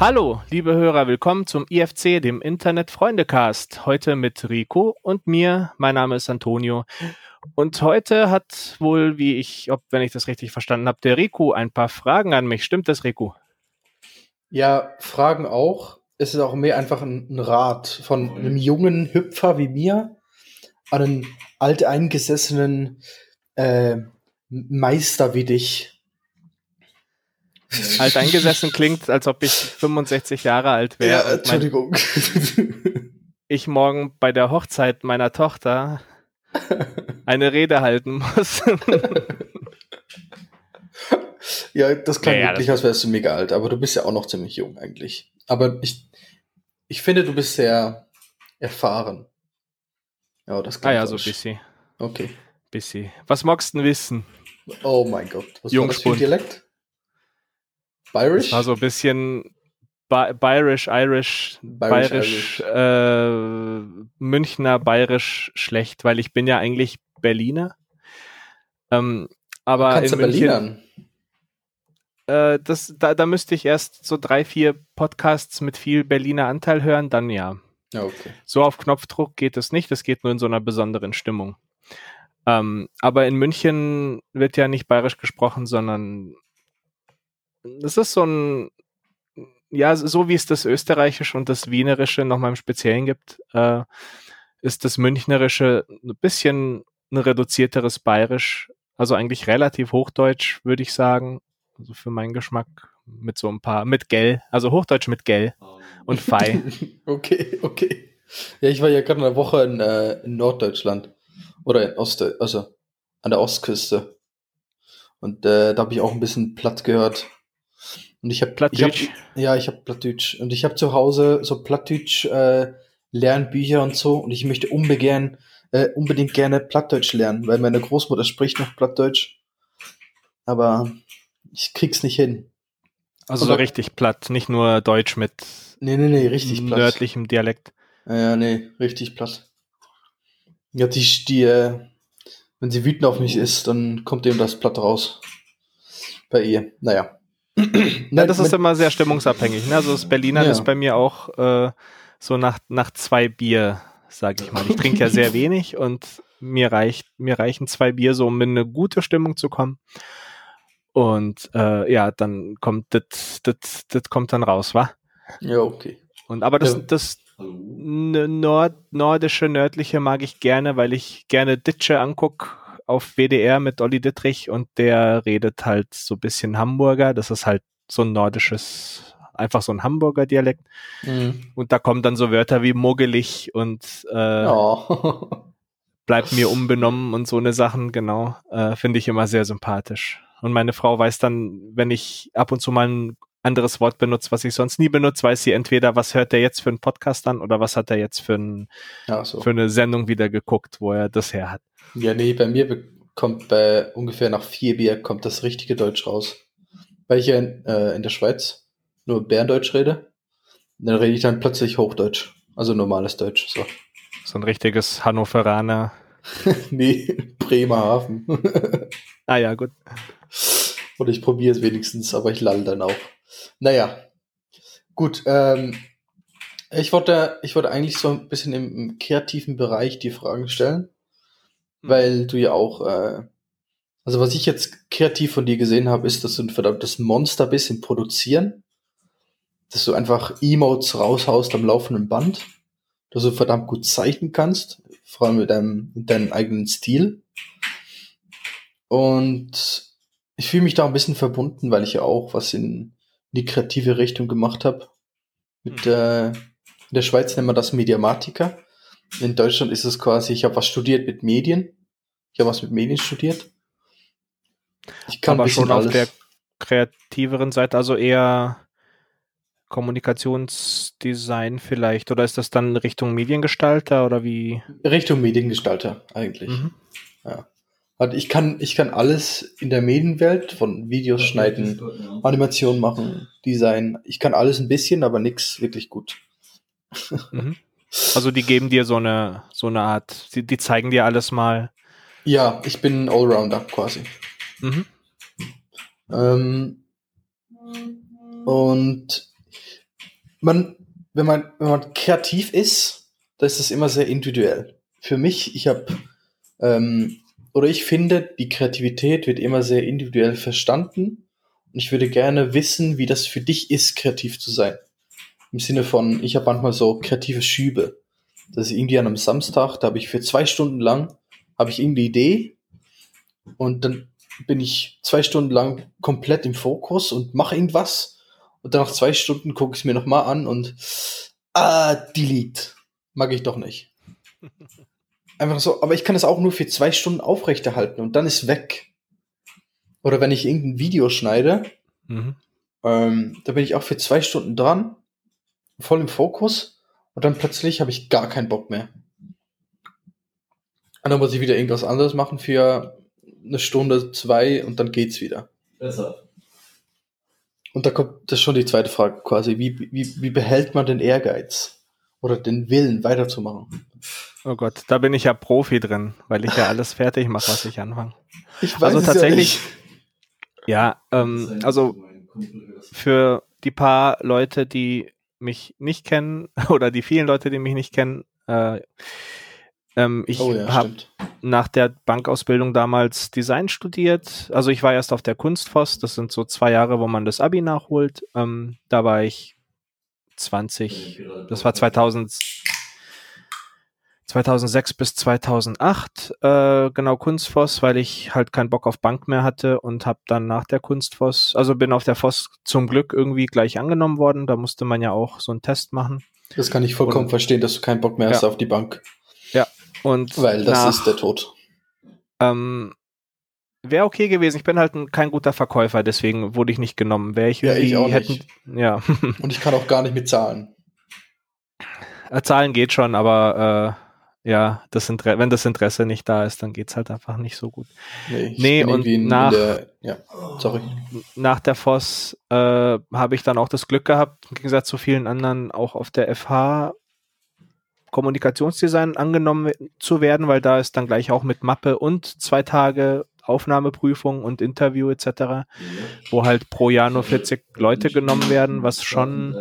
Hallo, liebe Hörer, willkommen zum IFC, dem Internet-Freunde-Cast. Heute mit Rico und mir. Mein Name ist Antonio. Und heute hat wohl, wenn ich das richtig verstanden habe, der Rico ein paar Fragen an mich. Stimmt das, Rico? Ja, Fragen auch. Es ist auch mehr einfach ein Rat von einem jungen Hüpfer wie mir an einen alteingesessenen Meister wie dich. Alteingesessen klingt, als ob ich 65 Jahre alt wäre. Ja, Entschuldigung. Ich morgen bei der Hochzeit meiner Tochter eine Rede halten muss. Ja, das klang Ja, wirklich, als wärst du mega alt, aber du bist ja auch noch ziemlich jung eigentlich. Aber ich finde, du bist sehr erfahren. Ja, das klingt so ein bisschen. Okay. Bisschen. Was magst du denn wissen? Oh mein Gott. Was war das für ein Jungspund. Dialekt? Bayerisch? Das war so ein bisschen bayerisch, irisch, bayerisch, Münchner, bayerisch schlecht, weil ich bin ja eigentlich Berliner. Aber Kannst in du München, Berlinern? da müsste ich erst so 3-4 Podcasts mit viel Berliner Anteil hören, dann ja. Ja, okay. So auf Knopfdruck geht es nicht, das geht nur in so einer besonderen Stimmung. Aber in München wird ja nicht bayerisch gesprochen, sondern das ist so ein, ja, so wie es das Österreichische und das Wienerische nochmal im Speziellen gibt, ist das Münchnerische ein bisschen ein reduzierteres Bayerisch, also eigentlich relativ Hochdeutsch, würde ich sagen, also für meinen Geschmack, mit so ein paar, mit Gell, also Hochdeutsch mit Gell und Fei. Okay. Ja, ich war ja gerade eine Woche in Norddeutschland oder also an der Ostküste. Und da habe ich auch ein bisschen platt gehört. Und ich habe Plattdeutsch. Und ich habe zu Hause so Plattdeutsch Lernbücher und so. Und ich möchte unbedingt gerne Plattdeutsch lernen, weil meine Großmutter spricht noch Plattdeutsch. Aber ich krieg's nicht hin. Also so richtig platt, nicht nur Deutsch mit Nee, richtig platt. nördlichem Dialekt. Ja, nee, richtig platt. Ja, wenn sie wütend auf mich ist, dann kommt eben das Platt raus. Bei ihr. Naja. Ja, das ist immer sehr stimmungsabhängig. Ne? Also das Berliner ist bei mir auch so nach 2 Bier, sag ich mal. Ich trinke ja sehr wenig und mir reichen 2 Bier so, um in eine gute Stimmung zu kommen. Und dann kommt das kommt dann raus, wa? Ja, okay. Aber das nördliche mag ich gerne, weil ich gerne Ditsche anguck auf WDR mit Olli Dittrich und der redet halt so ein bisschen Hamburger. Das ist halt so ein nordisches, einfach so ein Hamburger Dialekt. Mhm. Und da kommen dann so Wörter wie muggelig und bleibt mir unbenommen und so eine Sachen, genau, finde ich immer sehr sympathisch. Und meine Frau weiß dann, wenn ich ab und zu mal ein anderes Wort benutze, was ich sonst nie benutze, weiß sie entweder, was hört er jetzt für einen Podcast an oder was hat er jetzt für eine Sendung wieder geguckt, wo er das her hat. Ja, nee, bei mir kommt bei ungefähr nach 4 Bier kommt das richtige Deutsch raus. Weil ich ja in der Schweiz nur Berndeutsch rede, dann rede ich dann plötzlich Hochdeutsch. Also normales Deutsch. So ein richtiges Hannoveraner. Nee, Bremerhaven. Ah ja, gut. Oder ich probiere es wenigstens, aber ich lall dann auch. Naja, gut. Ich wollte eigentlich so ein bisschen im kreativen Bereich die Fragen stellen, weil du ja auch, also was ich jetzt kreativ von dir gesehen habe, ist, dass du ein verdammtes Monster bist im Produzieren, dass du einfach Emotes raushaust am laufenden Band, dass du verdammt gut zeichnen kannst, vor allem mit deinem eigenen Stil. Und ich fühle mich da ein bisschen verbunden, weil ich ja auch was in die kreative Richtung gemacht habe. In der Schweiz nennt man das Mediamatiker. In Deutschland ist es quasi, ich habe was studiert mit Medien. Ich habe was mit Medien studiert. Ich kann aber ein bisschen schon auf alles. der kreativeren Seite, also eher Kommunikationsdesign vielleicht, oder ist das dann Richtung Mediengestalter oder wie? Richtung Mediengestalter eigentlich. Mhm. Ja. Also ich kann alles in der Medienwelt, von Videos schneiden, Animationen machen, Design. Ich kann alles ein bisschen, aber nichts wirklich gut. Mhm. Also die geben dir so eine Art, die zeigen dir alles mal. Ja, ich bin ein Allrounder quasi. Mhm. Und wenn man kreativ ist, dann ist das immer sehr individuell. Für mich, ich finde, die Kreativität wird immer sehr individuell verstanden. Und ich würde gerne wissen, wie das für dich ist, kreativ zu sein. Im Sinne von, ich habe manchmal so kreative Schübe. Das ist irgendwie an einem Samstag, da habe ich für 2 Stunden lang, habe ich irgendeine Idee und dann bin ich 2 Stunden lang komplett im Fokus und mache irgendwas. Und dann nach 2 Stunden gucke ich es mir nochmal an und delete. Mag ich doch nicht. Einfach so, aber ich kann es auch nur für 2 Stunden aufrechterhalten und dann ist weg. Oder wenn ich irgendein Video schneide, da bin ich auch für 2 Stunden dran, voll im Fokus und dann plötzlich habe ich gar keinen Bock mehr. Und dann muss ich wieder irgendwas anderes machen für 1 Stunde, 2 und dann geht's wieder. Besser. Und da kommt das ist schon die zweite Frage quasi. Wie behält man den Ehrgeiz oder den Willen weiterzumachen? Oh Gott, da bin ich ja Profi drin, weil ich ja alles fertig mache, was ich anfange. Ich weiß Also es tatsächlich, ja also für die paar Leute, die mich nicht kennen oder die vielen Leute, die mich nicht kennen, ich habe nach der Bankausbildung damals Design studiert. Also ich war erst auf der Kunstfoss, das sind so 2 Jahre, wo man das Abi nachholt. Da war ich 20, das war 2006 bis 2008, genau Kunstfoss, weil ich halt keinen Bock auf Bank mehr hatte und habe dann nach der Kunstfoss, also bin auf der Foss zum Glück irgendwie gleich angenommen worden. Da musste man ja auch so einen Test machen. Das kann ich vollkommen verstehen, dass du keinen Bock mehr hast auf die Bank. Ja. Und weil das ist der Tod. Wäre okay gewesen. Ich bin halt kein guter Verkäufer, deswegen wurde ich nicht genommen. Ich auch nicht. Ja. Und ich kann auch gar nicht mit Zahlen. Zahlen geht schon, aber ja, wenn das Interesse nicht da ist, dann geht's halt einfach nicht so gut. Und nach der Voss habe ich dann auch das Glück gehabt, im Gegensatz zu vielen anderen, auch auf der FH Kommunikationsdesign angenommen zu werden, weil da ist dann gleich auch mit Mappe und 2 Tage Aufnahmeprüfung und Interview etc., wo halt pro Jahr nur 40 Leute genommen werden, was schon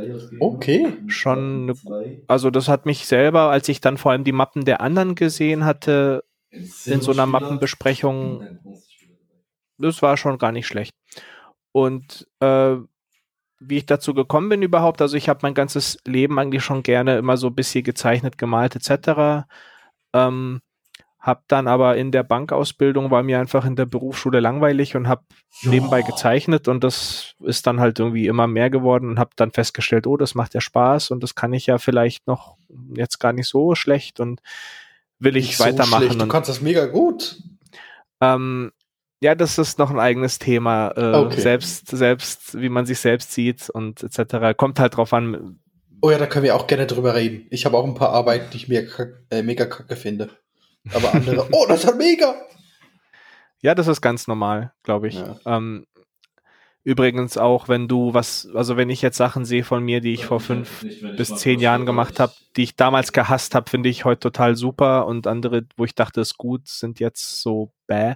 also das hat mich selber, als ich dann vor allem die Mappen der anderen gesehen hatte, in so einer Mappenbesprechung, das war schon gar nicht schlecht. Und wie ich dazu gekommen bin überhaupt, also ich habe mein ganzes Leben eigentlich schon gerne immer so ein bisschen gezeichnet, gemalt etc., habe dann aber in der Bankausbildung, war mir einfach in der Berufsschule langweilig und habe nebenbei gezeichnet und das ist dann halt irgendwie immer mehr geworden und habe dann festgestellt, oh, das macht ja Spaß und das kann ich ja vielleicht noch jetzt gar nicht so schlecht und will ich nicht weitermachen. So du kannst das mega gut. Ja, das ist noch ein eigenes Thema, selbst wie man sich selbst sieht und etc. Kommt halt drauf an. Oh ja, da können wir auch gerne drüber reden. Ich habe auch ein paar Arbeiten, die ich mega kacke finde. Aber andere, oh, das ist mega! Ja, das ist ganz normal, glaube ich. Ja. Übrigens auch, wenn ich jetzt Sachen sehe von mir, die ich vor 5 bis 10 Jahren gemacht habe, die ich damals gehasst habe, finde ich heute total super und andere, wo ich dachte, ist gut, sind jetzt so bäh.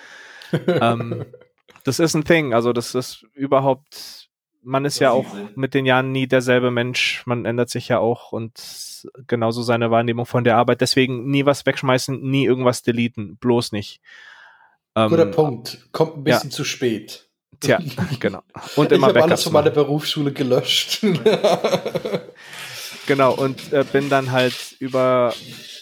Das ist ein Thing, also das ist überhaupt, man ist ja auch mit den Jahren nie derselbe Mensch, man ändert sich ja auch und genauso seine Wahrnehmung von der Arbeit, deswegen nie was wegschmeißen, nie irgendwas deleten, bloß nicht. Guter Punkt, kommt ein bisschen zu spät. Tja, genau. Und immer ich habe alles von meiner Berufsschule gelöscht. Genau, und bin dann halt über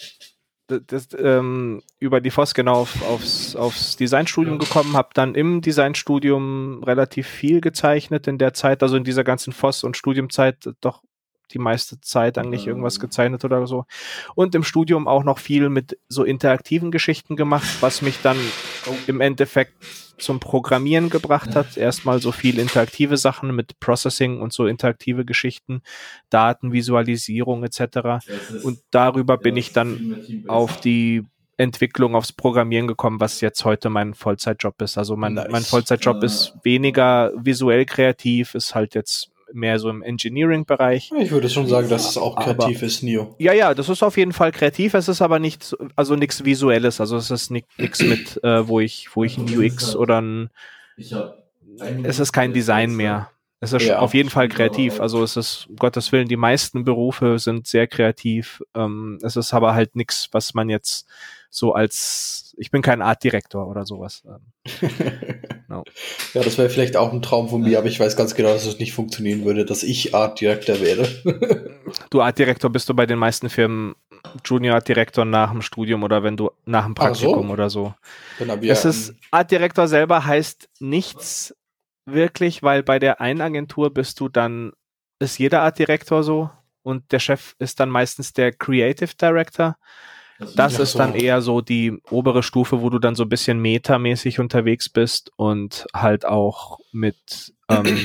die FOS genau aufs Designstudium gekommen, habe dann im Designstudium relativ viel gezeichnet in der Zeit, also in dieser ganzen FOS- und Studiumzeit doch die meiste Zeit eigentlich irgendwas gezeichnet oder so. Und im Studium auch noch viel mit so interaktiven Geschichten gemacht, was mich dann im Endeffekt zum Programmieren gebracht hat. Erstmal so viel interaktive Sachen mit Processing und so interaktive Geschichten, Datenvisualisierung etc. Und darüber bin ich dann auf die Entwicklung, aufs Programmieren gekommen, was jetzt heute mein Vollzeitjob ist. Also mein Vollzeitjob ist weniger visuell kreativ, ist halt jetzt mehr so im Engineering-Bereich. Ich würde schon sagen, dass es auch kreativ ist, Nio. Ja, das ist auf jeden Fall kreativ, es ist aber nicht, also nichts Visuelles, also es ist nichts mit, wo ich ein UX oder es ist kein Design mehr. Es ist Ja. auf jeden Fall kreativ. Also es ist, um Gottes Willen, die meisten Berufe sind sehr kreativ. Es ist aber halt nichts, was man jetzt so als, ich bin kein Artdirektor oder sowas. No. Ja, das wäre vielleicht auch ein Traum von mir, aber ich weiß ganz genau, dass es nicht funktionieren würde, dass ich Art Director wäre. Du Artdirektor bist du bei den meisten Firmen Junior Artdirektor nach dem Studium oder wenn du nach dem Praktikum oder so. Dann hab Es ist, Artdirektor selber heißt nichts wirklich, weil bei der einen Agentur ist jeder Artdirektor so und der Chef ist dann meistens der Creative Director. Das ist dann eher so die obere Stufe, wo du dann so ein bisschen metamäßig unterwegs bist und halt auch mit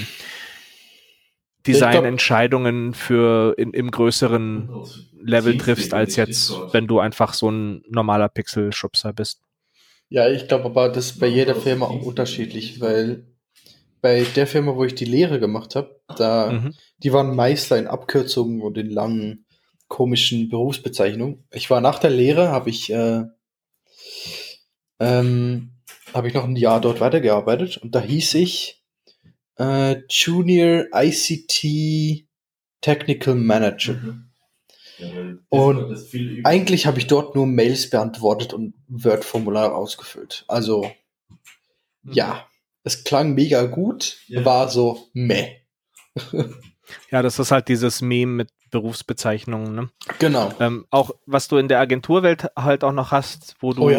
Designentscheidungen im größeren Level triffst, als jetzt, wenn du einfach so ein normaler Pixel-Schubser bist. Ja, ich glaube aber, das ist bei jeder Firma auch unterschiedlich, weil bei der Firma, wo ich die Lehre gemacht habe, die waren Meister in Abkürzungen und in langen, komischen Berufsbezeichnungen. Ich war nach der Lehre, habe ich noch ein Jahr dort weitergearbeitet und da hieß ich Junior ICT Technical Manager. Und eigentlich habe ich dort nur Mails beantwortet und Word-Formulare ausgefüllt. Also, ja, es klang mega gut, war so meh. Ja, das ist halt dieses Meme mit Berufsbezeichnungen, ne? Genau. Auch was du in der Agenturwelt halt auch noch hast, wo du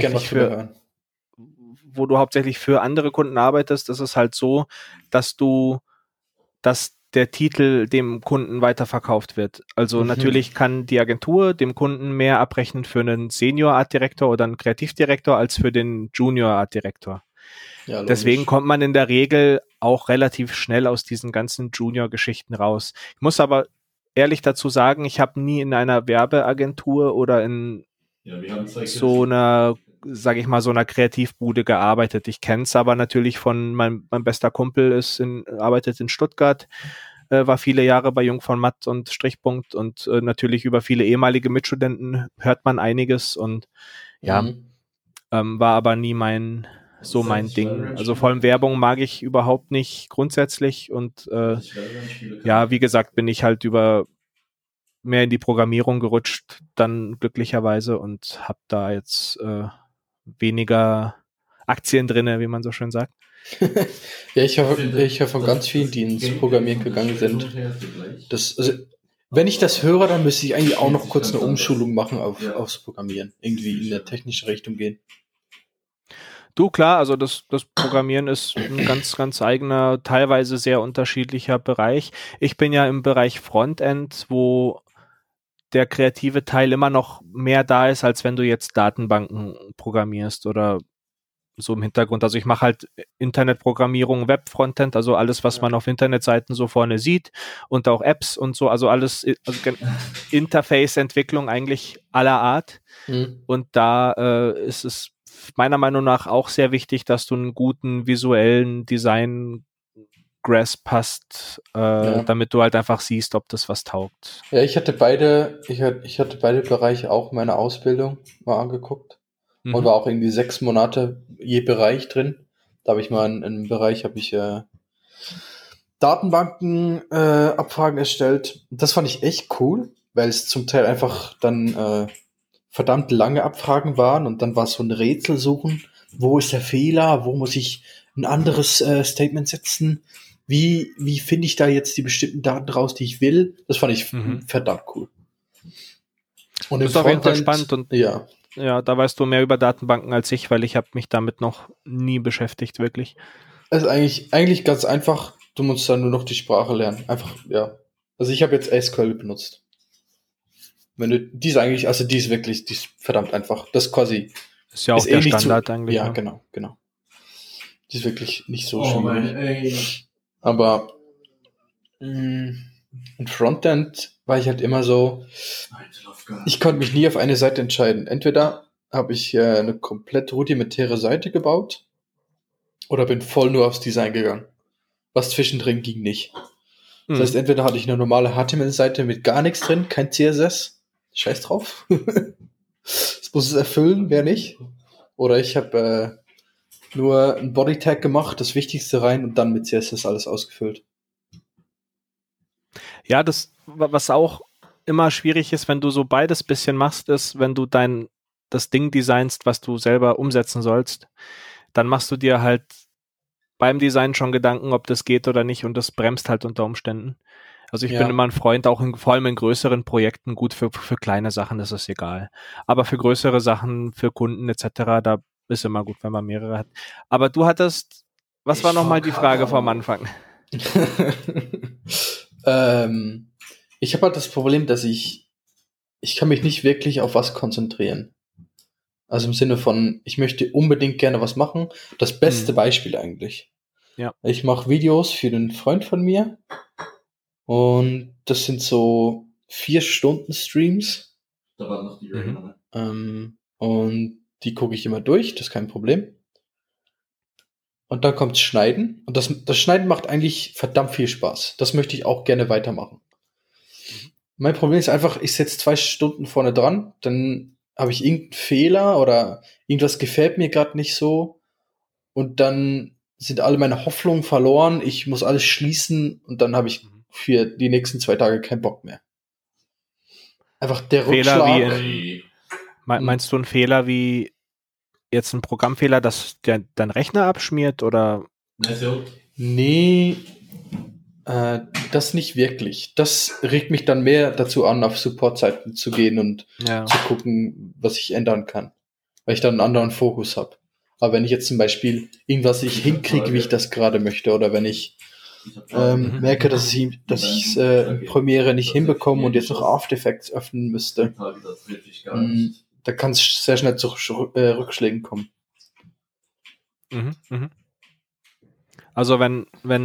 hauptsächlich für andere Kunden arbeitest, ist es halt so, dass der Titel dem Kunden weiterverkauft wird. Also natürlich kann die Agentur dem Kunden mehr abrechnen für einen Senior Art Director oder einen Kreativdirektor als für den Junior Art Director. Ja, deswegen kommt man in der Regel auch relativ schnell aus diesen ganzen Junior-Geschichten raus. Ich muss aber ehrlich dazu sagen, ich habe nie in einer Werbeagentur oder in so einer, sage ich mal, so einer Kreativbude gearbeitet. Ich kenne es aber natürlich von mein bester Kumpel arbeitet in Stuttgart, war viele Jahre bei Jung von Matt und Strichpunkt und natürlich über viele ehemalige Mitstudenten hört man einiges und war aber nie mein Ding. Also vor allem Werbung mag ich überhaupt nicht grundsätzlich und wie gesagt, bin ich halt mehr in die Programmierung gerutscht, dann glücklicherweise und habe da jetzt weniger Aktien drinne, wie man so schön sagt. Ja, ich höre von ganz vielen, die ins Programmieren gegangen sind. Wenn ich das höre, dann müsste ich eigentlich auch noch kurz eine Umschulung machen aufs Programmieren. Irgendwie in eine technische Richtung gehen. Du, klar, also das Programmieren ist ein ganz, ganz eigener, teilweise sehr unterschiedlicher Bereich. Ich bin ja im Bereich Frontend, wo der kreative Teil immer noch mehr da ist, als wenn du jetzt Datenbanken programmierst oder so im Hintergrund. Also ich mache halt Internetprogrammierung, Web-Frontend, also alles, was man auf Internetseiten so vorne sieht und auch Apps und so, also alles, also Interface-Entwicklung eigentlich aller Art. Und da ist es meiner Meinung nach auch sehr wichtig, dass du einen guten visuellen Design-Grasp hast, damit du halt einfach siehst, ob das was taugt. Ja, ich hatte beide Bereiche auch in meiner Ausbildung mal angeguckt und war auch irgendwie 6 Monate je Bereich drin. Da habe ich mal in einem Bereich Datenbanken Abfragen erstellt. Das fand ich echt cool, weil es zum Teil einfach dann verdammt lange Abfragen waren und dann war es so ein Rätsel suchen. Wo ist der Fehler? Wo muss ich ein anderes Statement setzen? Wie finde ich da jetzt die bestimmten Daten raus, die ich will? Das fand ich verdammt cool. Und das ist auf jeden Fall spannend und ja, da weißt du mehr über Datenbanken als ich, weil ich habe mich damit noch nie beschäftigt, wirklich. Es ist eigentlich ganz einfach. Du musst dann nur noch die Sprache lernen. Einfach, ja. Also ich habe jetzt SQL benutzt. Die ist verdammt einfach. Das quasi. Ist ja auch der Standard eigentlich. Ja, genau. Die ist wirklich nicht so schwierig. Aber im Frontend war ich halt immer so, ich konnte mich nie auf eine Seite entscheiden. Entweder habe ich eine komplett rudimentäre Seite gebaut oder bin voll nur aufs Design gegangen. Was zwischendrin ging nicht. Das heißt, entweder hatte ich eine normale HTML-Seite mit gar nichts drin, kein CSS, scheiß drauf. Das muss es erfüllen, wer nicht. Oder ich habe nur ein Bodytag gemacht, das Wichtigste rein und dann mit CSS alles ausgefüllt. Ja, was auch immer schwierig ist, wenn du so beides bisschen machst, ist, wenn du das Ding designst, was du selber umsetzen sollst, dann machst du dir halt beim Design schon Gedanken, ob das geht oder nicht, und das bremst halt unter Umständen. Also ich bin immer ein Freund, vor allem in größeren Projekten, gut für kleine Sachen ist es egal. Aber für größere Sachen, für Kunden etc., da ist immer gut, wenn man mehrere hat. Aber du hattest, was war nochmal die Frage vom Anfang? Ich habe halt das Problem, dass ich kann mich nicht wirklich auf was konzentrieren. Also im Sinne von, ich möchte unbedingt gerne was machen. Das beste Beispiel eigentlich. Ja. Ich mache Videos für einen Freund von mir und das sind so 4-Stunden-Streams. Da war noch die Rainer, ne? Und die gucke ich immer durch, das ist kein Problem. Und dann kommt's Schneiden. Und das Schneiden macht eigentlich verdammt viel Spaß. Das möchte ich auch gerne weitermachen. Mein Problem ist einfach, ich setze 2 Stunden vorne dran, dann habe ich irgendeinen Fehler oder irgendwas gefällt mir gerade nicht so. Und dann sind alle meine Hoffnungen verloren. Ich muss alles schließen und dann habe ich für die nächsten 2 Tage keinen Bock mehr. Einfach der Fehler Rückschlag. Meinst du einen Fehler wie jetzt ein Programmfehler, dass dein Rechner abschmiert oder? Nee, das nicht wirklich. Das regt mich dann mehr dazu an, auf Supportseiten zu gehen und zu gucken, was ich ändern kann. Weil ich dann einen anderen Fokus habe. Aber wenn ich jetzt zum Beispiel irgendwas nicht hinkriege, wie ich das gerade möchte, oder wenn ich merke, dass ich es in Premiere nicht hinbekomme und jetzt noch After Effects öffnen müsste, da kann es sehr schnell zu Rückschlägen kommen. Also wenn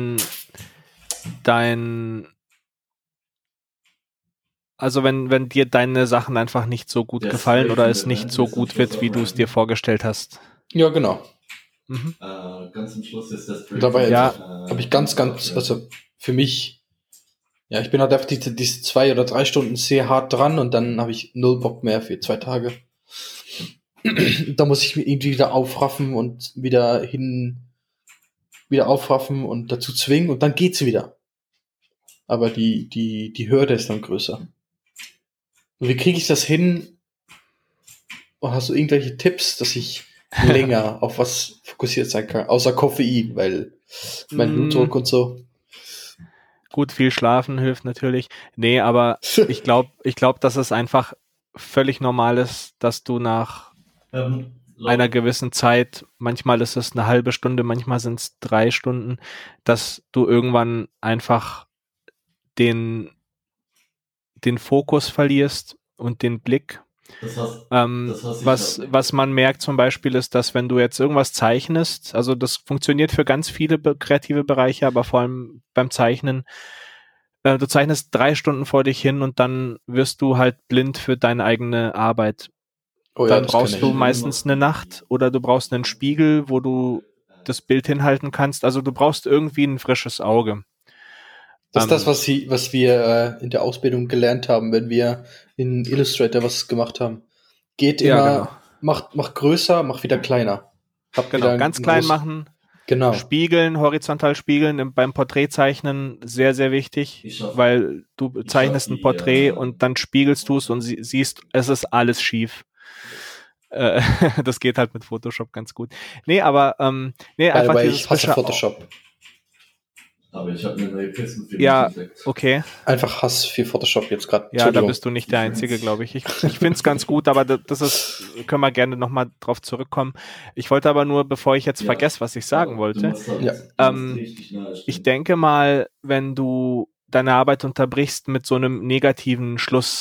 dir deine Sachen einfach nicht so gut gefallen oder es nicht so gut wird, wie du es dir vorgestellt hast. Ja, genau. Ganz zum Schluss ist das dabei habe ich ganz, also für mich, ich bin halt auf diese 2 oder 3 Stunden sehr hart dran und dann habe ich 0 Bock mehr für 2 Tage. Da muss ich mich irgendwie wieder aufraffen und wieder aufraffen und dazu zwingen und dann geht's wieder. Aber die Hürde ist dann größer. Und wie kriege ich das hin? Und hast du irgendwelche Tipps, dass ich länger auf was fokussiert sein kann? Außer Koffein, weil mein Blutdruck und so. Gut, viel schlafen hilft natürlich. Nee, aber ich glaube, dass es einfach völlig normal ist, dass du nach einer gewissen Zeit, manchmal ist es eine halbe Stunde, manchmal sind es 3 Stunden, dass du irgendwann einfach den Fokus verlierst und den Blick. Was man merkt zum Beispiel ist, dass wenn du jetzt irgendwas zeichnest, also das funktioniert für ganz viele kreative Bereiche, aber vor allem beim Zeichnen, du zeichnest 3 Stunden vor dich hin und dann wirst du halt blind für deine eigene Arbeit. Dann brauchst du meistens eine Nacht oder du brauchst einen Spiegel, wo du das Bild hinhalten kannst. Also du brauchst irgendwie ein frisches Auge. Das ist das, was wir in der Ausbildung gelernt haben, wenn wir in Illustrator was gemacht haben. Geht immer, mach größer, mach wieder kleiner. Genau, ganz klein machen. Genau. Spiegeln, horizontal spiegeln, beim Porträtzeichnen sehr, sehr wichtig, weil du zeichnest ein Porträt und dann spiegelst du es und siehst, es ist alles schief. Das geht halt mit Photoshop ganz gut. Nee, aber einfach ich hasse Photoshop. Aber ich habe eine neue Kissen für mich entdeckt. Okay. Einfach Hass für Photoshop jetzt gerade. Ja, da bist du nicht der Einzige, glaube ich. Ich finde es ganz gut, aber können wir gerne nochmal drauf zurückkommen. Ich wollte aber nur, bevor ich jetzt vergesse, was ich sagen wollte, ich denke mal, wenn du deine Arbeit unterbrichst mit so einem negativen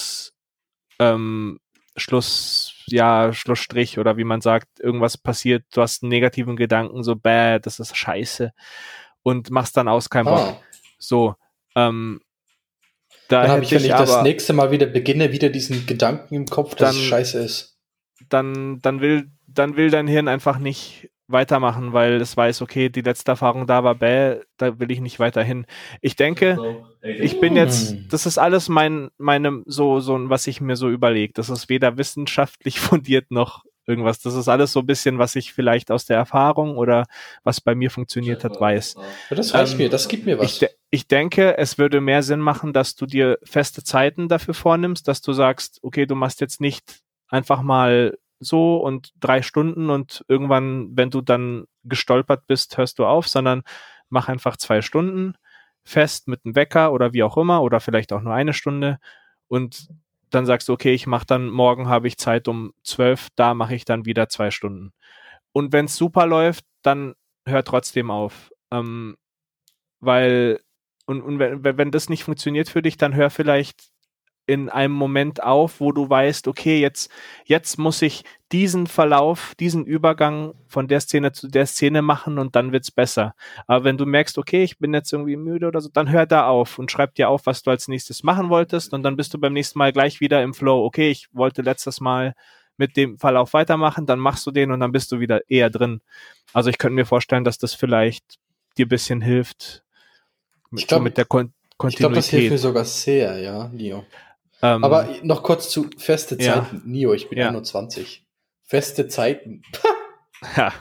Schlussstrich oder wie man sagt, irgendwas passiert, du hast einen negativen Gedanken, so das ist scheiße und machst dann aus keinen Bock. So, dann habe ich, wenn ich das nächste Mal wieder beginne, wieder diesen Gedanken im Kopf, dass es scheiße ist. Dann will dein Hirn einfach nicht weitermachen, weil es weiß, okay, die letzte Erfahrung da war da will ich nicht weiterhin. Ich denke, ich bin jetzt, das ist alles was ich mir so überlege. Das ist weder wissenschaftlich fundiert noch irgendwas. Das ist alles so ein bisschen, was ich vielleicht aus der Erfahrung oder was bei mir funktioniert hat, weiß. Ja, das reicht mir, das gibt mir was. ich denke, es würde mehr Sinn machen, dass du dir feste Zeiten dafür vornimmst, dass du sagst, okay, du machst jetzt nicht einfach mal so und 3 Stunden und irgendwann, wenn du dann gestolpert bist, hörst du auf, sondern mach einfach 2 Stunden fest mit einem Wecker oder wie auch immer oder vielleicht auch nur 1 Stunde und dann sagst du, okay, ich mache dann, morgen habe ich Zeit um 12, da mache ich dann wieder 2 Stunden. Und wenn es super läuft, dann hör trotzdem auf. Weil, und wenn das nicht funktioniert für dich, dann hör vielleicht in einem Moment auf, wo du weißt, okay, jetzt muss ich diesen Verlauf, diesen Übergang von der Szene zu der Szene machen und dann wird's besser. Aber wenn du merkst, okay, ich bin jetzt irgendwie müde oder so, dann hör da auf und schreib dir auf, was du als nächstes machen wolltest und dann bist du beim nächsten Mal gleich wieder im Flow. Okay, ich wollte letztes Mal mit dem Verlauf weitermachen, dann machst du den und dann bist du wieder eher drin. Also ich könnte mir vorstellen, dass das vielleicht dir ein bisschen hilft Ich glaube, mit der Kontinuität. Ich glaube, das hilft mir sogar sehr, ja, Nio. Aber noch kurz zu feste Zeiten. Ja. Nio, ich bin 21. Feste Zeiten. Ja.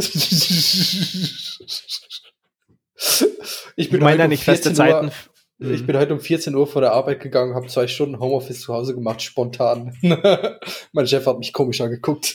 Ich meine ja nicht feste Zeiten. Ich bin heute um 14 Uhr vor der Arbeit gegangen, habe 2 Stunden Homeoffice zu Hause gemacht, spontan. Mein Chef hat mich komisch angeguckt.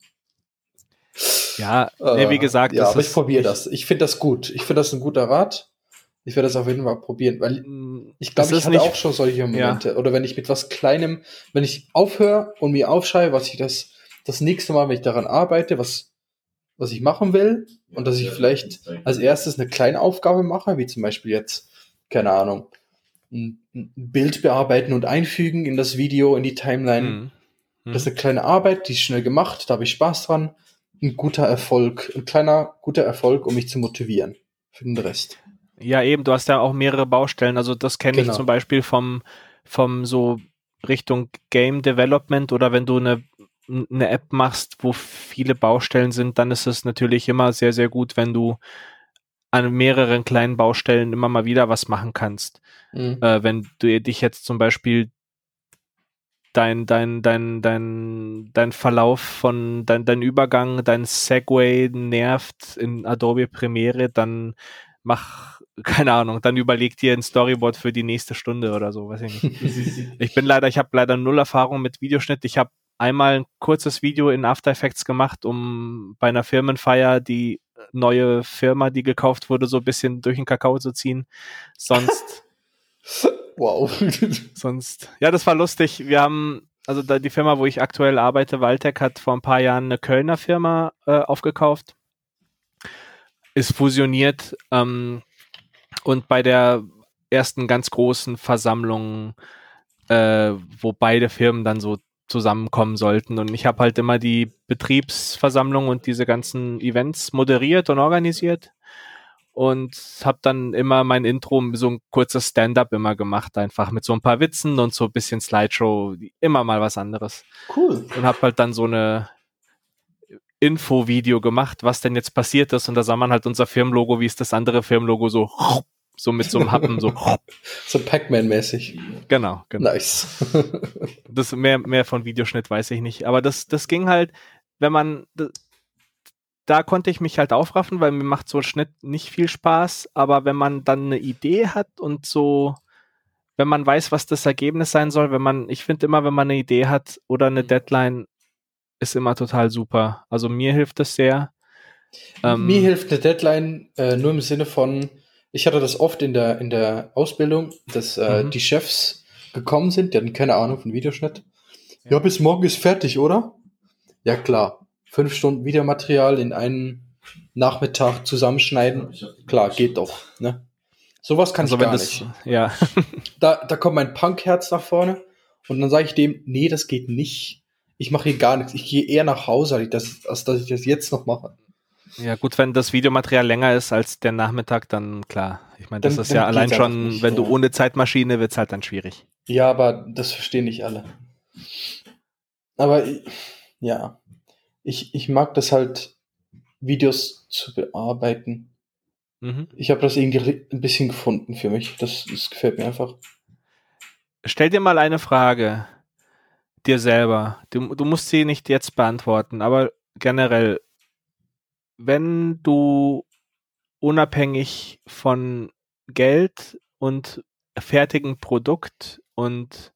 Ja, nee, wie gesagt. Ja, aber ich probiere das. Ich finde das gut. Ich finde das ein guter Rat. Ich werde das auf jeden Fall probieren, weil ich glaube, ich hatte auch schon solche Momente. Ja. Oder wenn ich mit was Kleinem, wenn ich aufhöre und mir aufschreibe, was ich das nächste Mal, wenn ich daran arbeite, was ich machen will und dass ich vielleicht als erstes eine kleine Aufgabe mache, wie zum Beispiel jetzt, keine Ahnung, ein Bild bearbeiten und einfügen in das Video, in die Timeline. Das ist eine kleine Arbeit, die ist schnell gemacht, da habe ich Spaß dran. Ein kleiner guter Erfolg, um mich zu motivieren für den Rest. Ja, eben, du hast ja auch mehrere Baustellen. Also das kenne ich zum Beispiel vom so Richtung Game Development oder wenn du eine App machst, wo viele Baustellen sind, dann ist es natürlich immer sehr, sehr gut, wenn du an mehreren kleinen Baustellen immer mal wieder was machen kannst. Wenn du dich jetzt zum Beispiel dein Verlauf von dein Übergang, dein Segway nervt in Adobe Premiere, dann keine Ahnung, dann überleg dir ein Storyboard für die nächste Stunde oder so, weiß ich nicht. Ich habe leider 0 Erfahrung mit Videoschnitt. Ich habe einmal ein kurzes Video in After Effects gemacht, um bei einer Firmenfeier die neue Firma, die gekauft wurde, so ein bisschen durch den Kakao zu ziehen. Sonst wow. Ja, das war lustig. Wir haben, also die Firma, wo ich aktuell arbeite, Valtec, hat vor ein paar Jahren eine Kölner Firma aufgekauft. Ist fusioniert und bei der ersten ganz großen Versammlung, wo beide Firmen dann so zusammenkommen sollten und ich habe halt immer die Betriebsversammlung und diese ganzen Events moderiert und organisiert und habe dann immer mein Intro, so ein kurzes Stand-up immer gemacht, einfach mit so ein paar Witzen und so ein bisschen Slideshow, immer mal was anderes. Cool. Und habe halt dann so eine Infovideo gemacht, was denn jetzt passiert ist und da sah man halt unser Firmenlogo, wie ist das andere Firmenlogo so mit so einem Happen so. So Pac-Man-mäßig. Genau. Nice. Das mehr von Videoschnitt weiß ich nicht, aber das ging halt, wenn man da konnte ich mich halt aufraffen, weil mir macht so Schnitt nicht viel Spaß, aber wenn man dann eine Idee hat und so, wenn man weiß, was das Ergebnis sein soll, ich finde immer, wenn man eine Idee hat oder eine Deadline, ist immer total super. Also mir hilft das sehr. Mir hilft eine Deadline nur im Sinne von, ich hatte das oft in der Ausbildung, dass die Chefs gekommen sind, die hatten keine Ahnung von Videoschnitt. Ja, bis morgen ist fertig, oder? Ja, klar. 5 Stunden Videomaterial in einen Nachmittag zusammenschneiden. Klar, geht doch. Ne? Sowas kann ich gar nicht. Ja. Da kommt mein Punkherz nach vorne und dann sage ich dem, nee, das geht nicht. Ich mache hier gar nichts. Ich gehe eher nach Hause, als dass ich das jetzt noch mache. Ja gut, wenn das Videomaterial länger ist als der Nachmittag, dann klar. Ich meine, das ist ja allein schon, nicht, wenn du ohne Zeitmaschine, wird's halt dann schwierig. Ja, aber das verstehen nicht alle. Aber ja, ich mag das halt, Videos zu bearbeiten. Ich habe das irgendwie ein bisschen gefunden für mich. Das gefällt mir einfach. Stell dir mal eine Frage dir selber. Du musst sie nicht jetzt beantworten, aber generell, wenn du unabhängig von Geld und fertigen Produkt und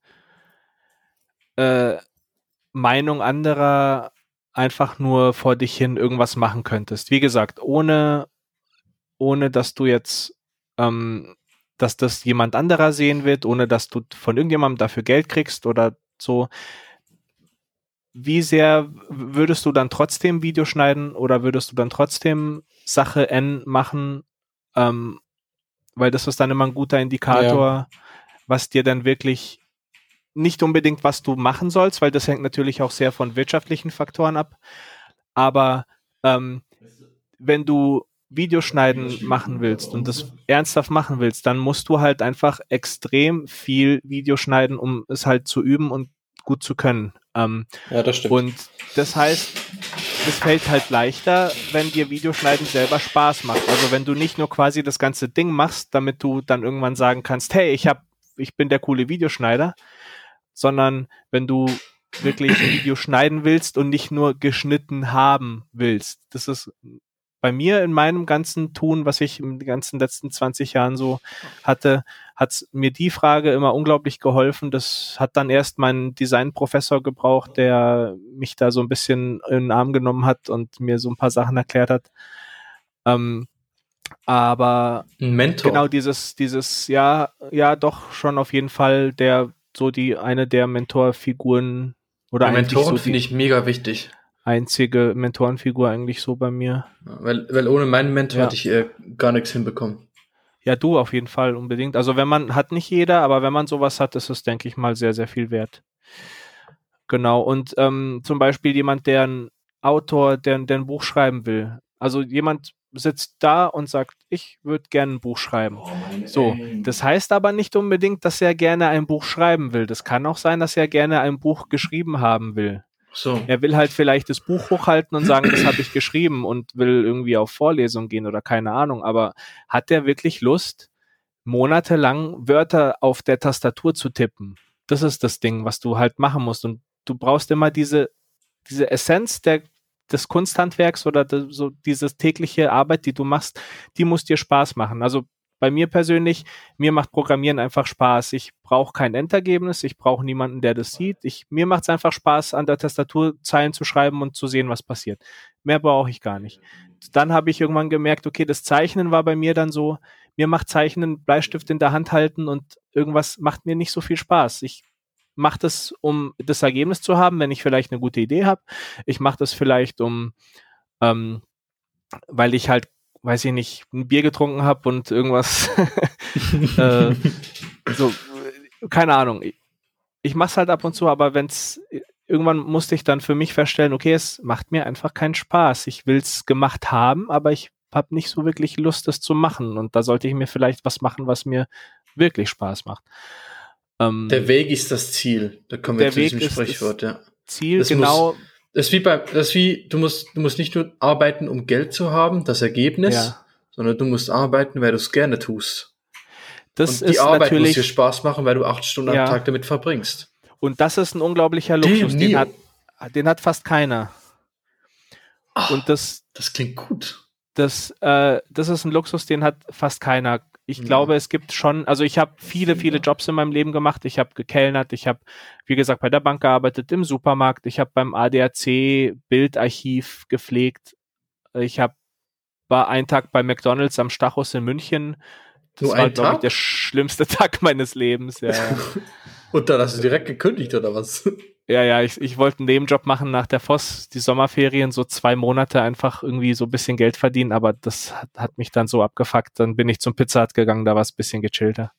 Meinung anderer einfach nur vor dich hin irgendwas machen könntest. Wie gesagt, ohne dass du jetzt, dass das jemand anderer sehen wird, ohne dass du von irgendjemandem dafür Geld kriegst oder so. Wie sehr würdest du dann trotzdem Video schneiden oder würdest du dann trotzdem Sache N machen? Weil das ist dann immer ein guter Indikator, was dir dann wirklich nicht unbedingt, was du machen sollst, weil das hängt natürlich auch sehr von wirtschaftlichen Faktoren ab. Aber wenn du Videoschneiden machen willst und das ernsthaft machen willst, dann musst du halt einfach extrem viel Video schneiden, um es halt zu üben und gut zu können. Ja, das stimmt. Und das heißt, es fällt halt leichter, wenn dir Videoschneiden selber Spaß macht. Also wenn du nicht nur quasi das ganze Ding machst, damit du dann irgendwann sagen kannst, hey, ich bin der coole Videoschneider, sondern wenn du wirklich Video schneiden willst und nicht nur geschnitten haben willst. Das ist bei mir in meinem ganzen Tun, was ich in den ganzen letzten 20 Jahren so hatte, hat mir die Frage immer unglaublich geholfen. Das hat dann erst mein Designprofessor gebraucht, der mich da so ein bisschen in den Arm genommen hat und mir so ein paar Sachen erklärt hat. Aber ein Mentor. Genau dieses, ja, doch schon auf jeden Fall eine der Mentorfiguren oder Mentoren finde ich mega wichtig. Einzige Mentorenfigur eigentlich so bei mir. Weil ohne meinen Mentor hätte ich gar nichts hinbekommen. Ja, du auf jeden Fall unbedingt. Also hat nicht jeder, aber wenn man sowas hat, ist es, denke ich mal, sehr, sehr viel wert. Genau. Und zum Beispiel jemand, der ein Autor, der ein Buch schreiben will. Also jemand sitzt da und sagt, ich würde gerne ein Buch schreiben. So, das heißt aber nicht unbedingt, dass er gerne ein Buch schreiben will. Das kann auch sein, dass er gerne ein Buch geschrieben haben will. So. Er will halt vielleicht das Buch hochhalten und sagen, das habe ich geschrieben und will irgendwie auf Vorlesung gehen oder keine Ahnung. Aber hat der wirklich Lust, monatelang Wörter auf der Tastatur zu tippen? Das ist das Ding, was du halt machen musst. Und du brauchst immer diese Essenz des Kunsthandwerks oder so diese tägliche Arbeit, die du machst, die muss dir Spaß machen. Also bei mir persönlich, mir macht Programmieren einfach Spaß. Ich brauche kein Endergebnis, ich brauche niemanden, der das sieht. Mir macht es einfach Spaß, an der Tastatur Zeilen zu schreiben und zu sehen, was passiert. Mehr brauche ich gar nicht. Dann habe ich irgendwann gemerkt, okay, das Zeichnen war bei mir dann so, mir macht Zeichnen, Bleistift in der Hand halten und irgendwas macht mir nicht so viel Spaß. Ich mache das, um das Ergebnis zu haben, wenn ich vielleicht eine gute Idee habe. Ich mache das vielleicht, weil ich halt, weiß ich nicht, ein Bier getrunken habe und irgendwas so, keine Ahnung. Ich mache es halt ab und zu, aber irgendwann musste ich dann für mich feststellen, okay, es macht mir einfach keinen Spaß. Ich will es gemacht haben, aber ich habe nicht so wirklich Lust, es zu machen. Und da sollte ich mir vielleicht was machen, was mir wirklich Spaß macht. Der Weg ist das Ziel. Da kommen wir zu diesem Sprichwort, ja. Ziel, genau. Das ist wie, du musst nicht nur arbeiten, um Geld zu haben, das Ergebnis, sondern du musst arbeiten, weil du es gerne tust. Und die Arbeit muss dir Spaß machen, weil du 8 Stunden am Tag damit verbringst. Und das ist ein unglaublicher Luxus. Den hat fast keiner. Und das klingt gut. Das ist ein Luxus, den hat fast keiner. Ich glaube, es gibt schon, also ich habe viele Jobs in meinem Leben gemacht. Ich habe gekellnert, ich habe, wie gesagt, bei der Bank gearbeitet, im Supermarkt, ich habe beim ADAC Bildarchiv gepflegt. War einen Tag bei McDonald's am Stachus in München. Das war, glaube ich, der schlimmste Tag meines Lebens. Ja. Und dann hast du direkt gekündigt, oder was? Ja, ich wollte einen Nebenjob machen nach der Voss, die Sommerferien, so 2 Monate einfach irgendwie so ein bisschen Geld verdienen, aber das hat mich dann so abgefuckt. Dann bin ich zum Pizza Hut gegangen, da war es ein bisschen gechillter.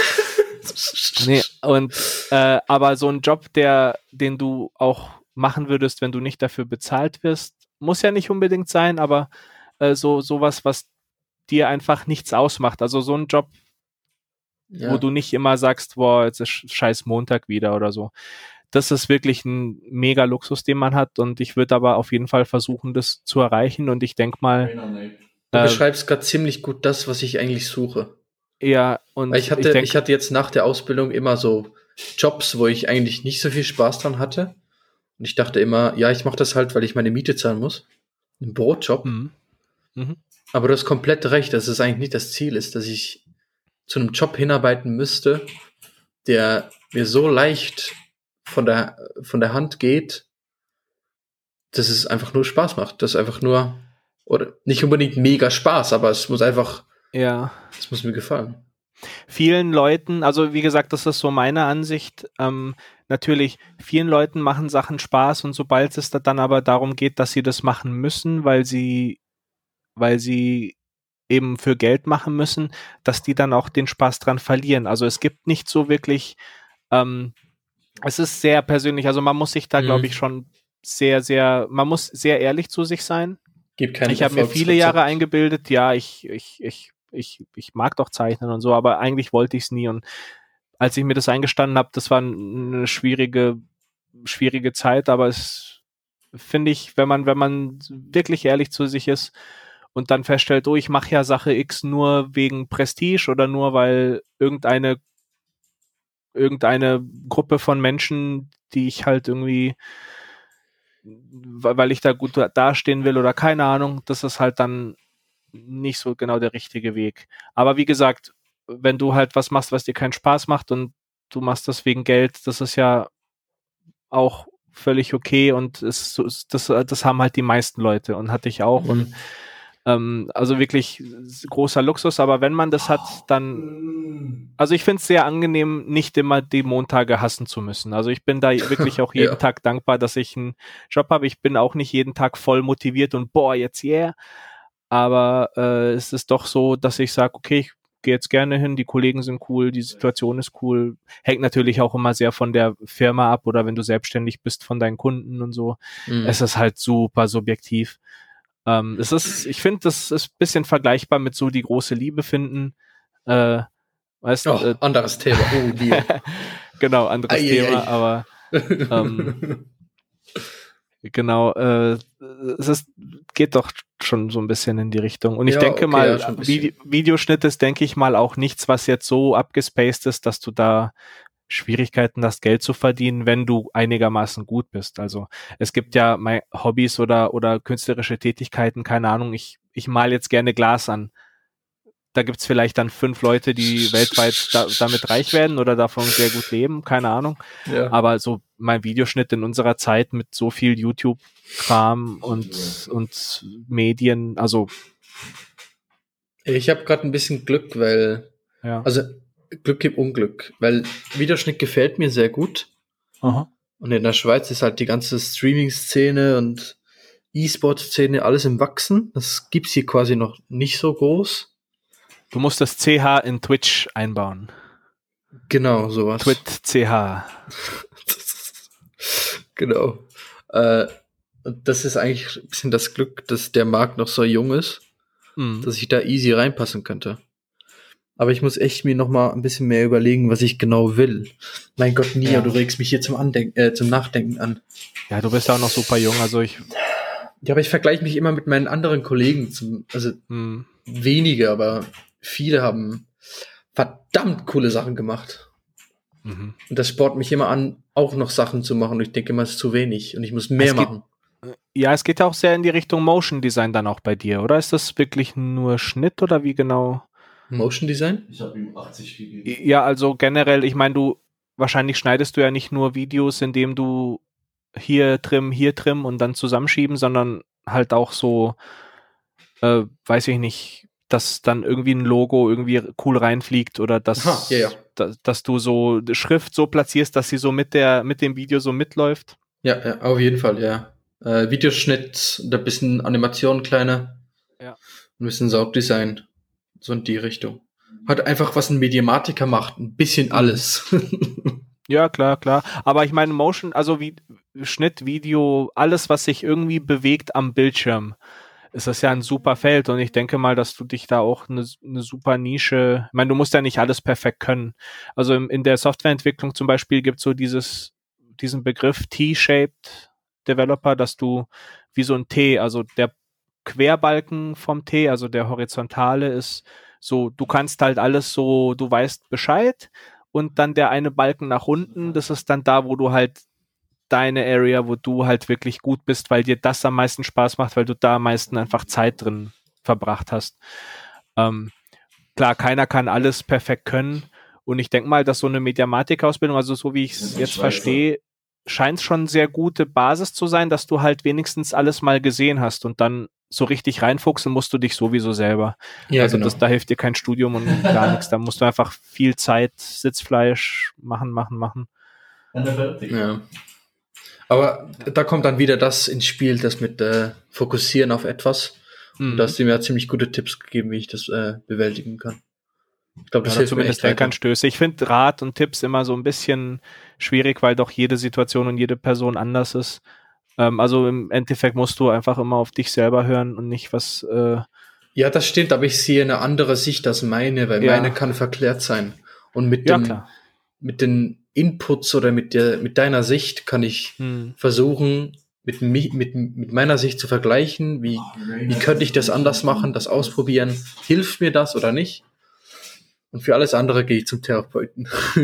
Aber so ein Job, den du auch machen würdest, wenn du nicht dafür bezahlt wirst, muss ja nicht unbedingt sein, aber sowas, was dir einfach nichts ausmacht. Also so ein Job, wo du nicht immer sagst, boah, jetzt ist scheiß Montag wieder oder so. Das ist wirklich ein mega Luxus, den man hat, und ich würde aber auf jeden Fall versuchen, das zu erreichen, und ich denke mal... Du beschreibst gerade ziemlich gut das, was ich eigentlich suche. Ja, und ich hatte jetzt nach der Ausbildung immer so Jobs, wo ich eigentlich nicht so viel Spaß dran hatte, und ich dachte immer, ja, ich mache das halt, weil ich meine Miete zahlen muss. Ein Brotjob. Aber du hast komplett recht, dass es eigentlich nicht das Ziel ist, dass ich zu einem Job hinarbeiten müsste, der mir so leicht von der Hand geht, dass es einfach nur Spaß macht. Das ist einfach nur, oder nicht unbedingt mega Spaß, aber es muss einfach, es muss mir gefallen. Vielen Leuten, also wie gesagt, das ist so meine Ansicht, natürlich, vielen Leuten machen Sachen Spaß und sobald es dann aber darum geht, dass sie das machen müssen, weil sie eben für Geld machen müssen, dass die dann auch den Spaß dran verlieren. Also es gibt nicht so wirklich, es ist sehr persönlich, also man muss sich da, glaube ich, schon man muss sehr ehrlich zu sich sein. Ich habe mir viele Jahre eingebildet, ja, ich mag doch zeichnen und so, aber eigentlich wollte ich es nie. Und als ich mir das eingestanden habe, das war eine schwierige Zeit, aber es finde ich, wenn man wirklich ehrlich zu sich ist und dann feststellt, oh, ich mache ja Sache X nur wegen Prestige oder nur weil irgendeine Gruppe von Menschen, die ich halt irgendwie, weil ich da gut dastehen will oder keine Ahnung, das ist halt dann nicht so genau der richtige Weg. Aber wie gesagt, wenn du halt was machst, was dir keinen Spaß macht und du machst das wegen Geld, das ist ja auch völlig okay und das haben halt die meisten Leute und hatte ich auch und also wirklich großer Luxus, aber wenn man das hat, dann, also ich finde es sehr angenehm, nicht immer die Montage hassen zu müssen. Also ich bin da wirklich auch jeden Tag dankbar, dass ich einen Job habe. Ich bin auch nicht jeden Tag voll motiviert und boah, jetzt aber es ist doch so, dass ich sage, okay, ich gehe jetzt gerne hin, die Kollegen sind cool, die Situation ist cool. Hängt natürlich auch immer sehr von der Firma ab oder wenn du selbstständig bist von deinen Kunden und so. Es ist halt super subjektiv. Ich finde, das ist ein bisschen vergleichbar mit so die große Liebe finden. Anderes Thema. Oh, Liebe. Genau, anderes Thema, aber genau, geht doch schon so ein bisschen in die Richtung. Und ich denke mal, Videoschnitt ist, denke ich mal, auch nichts, was jetzt so abgespaced ist, dass du da Schwierigkeiten hast, Geld zu verdienen, wenn du einigermaßen gut bist. Also es gibt ja Hobbys oder künstlerische Tätigkeiten, keine Ahnung, ich male jetzt gerne Glas an. Da gibt's vielleicht dann 5 Leute, die weltweit damit reich werden oder davon sehr gut leben, keine Ahnung. Ja. Aber so mein Videoschnitt in unserer Zeit mit so viel YouTube-Kram und Medien, also ich habe gerade ein bisschen Glück, weil also Glück im Unglück, weil Videoschnitt gefällt mir sehr gut. Aha. Und in der Schweiz ist halt die ganze Streaming-Szene und E-Sport-Szene alles im Wachsen. Das gibt's hier quasi noch nicht so groß. Du musst das CH in Twitch einbauen. Genau, sowas. Twit-CH. Genau. Und das ist eigentlich ein bisschen das Glück, dass der Markt noch so jung ist, dass ich da easy reinpassen könnte. Aber ich muss echt mir noch mal ein bisschen mehr überlegen, was ich genau will. Mein Gott, Nia, du regst mich hier zum Nachdenken an. Ja, du bist ja auch noch super jung, also Ja, aber ich vergleiche mich immer mit meinen anderen Kollegen. Wenige, aber viele haben verdammt coole Sachen gemacht. Und das spornt mich immer an, auch noch Sachen zu machen. Und ich denke immer, es ist zu wenig und ich muss mehr machen. Es geht ja auch sehr in die Richtung Motion Design dann auch bei dir, oder? Ist das wirklich nur Schnitt oder wie genau? Motion Design? Ich habe ihm 80 gegeben. Ja, also generell, ich meine, wahrscheinlich schneidest du ja nicht nur Videos, indem du hier trim und dann zusammenschieben, sondern halt auch so, weiß ich nicht, dass dann irgendwie ein Logo irgendwie cool reinfliegt oder dass du so Schrift so platzierst, dass sie so mit dem Video so mitläuft. Ja, auf jeden Fall, ja. Videoschnitt, da ein bisschen Animation kleiner. Ja. Ein bisschen Sounddesign. So in die Richtung. Hat einfach, was ein Mediamatiker macht. Ein bisschen alles. Ja, klar. Aber ich meine, Motion, also wie Schnitt, Video, alles, was sich irgendwie bewegt am Bildschirm, ist das ja ein super Feld. Und ich denke mal, dass du dich da auch eine super Nische, ich meine, du musst ja nicht alles perfekt können. Also in der Softwareentwicklung zum Beispiel gibt es so diesen Begriff T-Shaped Developer, dass du wie so ein T, also der Querbalken vom T, also der horizontale ist so, du kannst halt alles so, du weißt Bescheid und dann der eine Balken nach unten, das ist dann da, wo du halt deine Area, wo du halt wirklich gut bist, weil dir das am meisten Spaß macht, weil du da am meisten einfach Zeit drin verbracht hast. klar, keiner kann alles perfekt können. Und ich denke mal, dass so eine Mediamatikausbildung, also so wie ich es jetzt verstehe, scheint schon sehr gute Basis zu sein, dass du halt wenigstens alles mal gesehen hast und dann so richtig reinfuchsen musst du dich sowieso selber. Ja, also genau. da hilft dir kein Studium und gar nichts. Da musst du einfach viel Zeit, Sitzfleisch machen. Ja. Aber da kommt dann wieder das ins Spiel, das mit Fokussieren auf etwas. Und da hast du mir ja ziemlich gute Tipps gegeben, wie ich das bewältigen kann. Ich glaube, das hilft mir echt weiter. Denkanstöße. Ich finde Rat und Tipps immer so ein bisschen schwierig, weil doch jede Situation und jede Person anders ist. Also im Endeffekt musst du einfach immer auf dich selber hören und nicht was... Ja, das stimmt, aber ich sehe eine andere Sicht als meine, weil meine kann verklärt sein. Und mit den Inputs oder mit deiner Sicht kann ich versuchen, mit meiner Sicht zu vergleichen, wie könnte ich das anders machen, das ausprobieren, hilft mir das oder nicht? Und für alles andere gehe ich zum Therapeuten.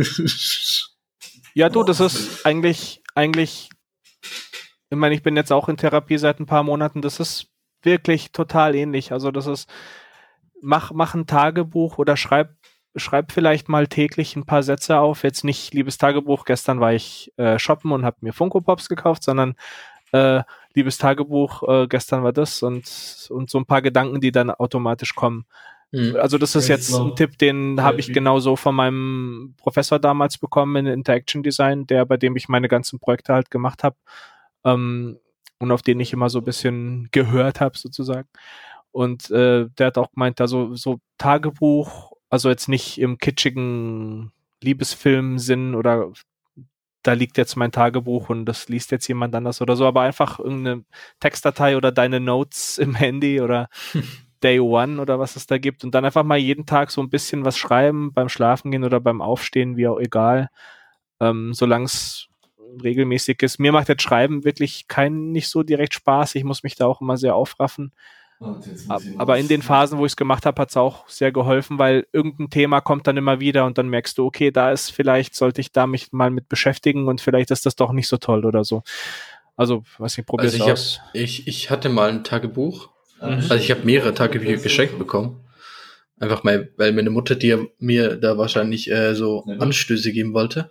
Ja, du, das ist eigentlich, ich meine, ich bin jetzt auch in Therapie seit ein paar Monaten, das ist wirklich total ähnlich. Also das ist, mach ein Tagebuch oder schreib vielleicht mal täglich ein paar Sätze auf. Jetzt nicht, liebes Tagebuch, gestern war ich shoppen und habe mir Funko Pops gekauft, sondern liebes Tagebuch, gestern war das und so ein paar Gedanken, die dann automatisch kommen. Also das ist jetzt ein Tipp, den habe ich genauso von meinem Professor damals bekommen in Interaction Design, bei dem ich meine ganzen Projekte halt gemacht habe und auf den ich immer so ein bisschen gehört habe sozusagen. Und der hat auch gemeint, also so Tagebuch, also jetzt nicht im kitschigen Liebesfilm-Sinn oder da liegt jetzt mein Tagebuch und das liest jetzt jemand anders oder so, aber einfach irgendeine Textdatei oder deine Notes im Handy oder Day One oder was es da gibt und dann einfach mal jeden Tag so ein bisschen was schreiben, beim Schlafengehen oder beim Aufstehen, wie auch egal, solange es regelmäßig ist. Mir macht jetzt Schreiben wirklich nicht so direkt Spaß, ich muss mich da auch immer sehr aufraffen. Aber in den Phasen, wo ich es gemacht habe, hat es auch sehr geholfen, weil irgendein Thema kommt dann immer wieder und dann merkst du, okay, sollte ich da mich mal mit beschäftigen und vielleicht ist das doch nicht so toll oder so. Also, weiß nicht, probier es aus. Ich hatte mal ein Tagebuch. Also ich habe mehrere Tagebücher geschenkt bekommen. Einfach mal, weil meine Mutter mir da wahrscheinlich so Anstöße geben wollte.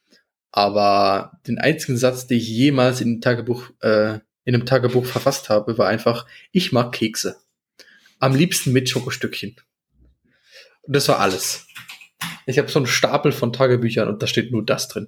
Aber den einzigen Satz, den ich jemals in einem Tagebuch verfasst habe, war einfach, ich mag Kekse. Am liebsten mit Schokostückchen. Und das war alles. Ich habe so einen Stapel von Tagebüchern und da steht nur das drin.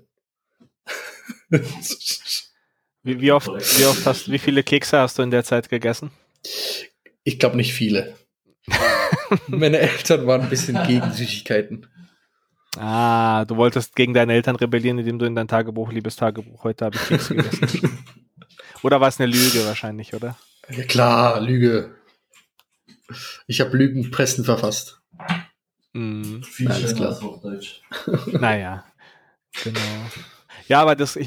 Wie viele Kekse hast du in der Zeit gegessen? Ich glaube nicht viele. Meine Eltern waren ein bisschen gegen Süßigkeiten. Ah, du wolltest gegen deine Eltern rebellieren, indem du in dein Tagebuch, liebes Tagebuch, heute habe ich Kekse gegessen. Oder war es eine Lüge wahrscheinlich, oder? Ja klar, Lüge. Ich habe Lügenpressen verfasst. Alles klar. Naja, genau. Ja, aber das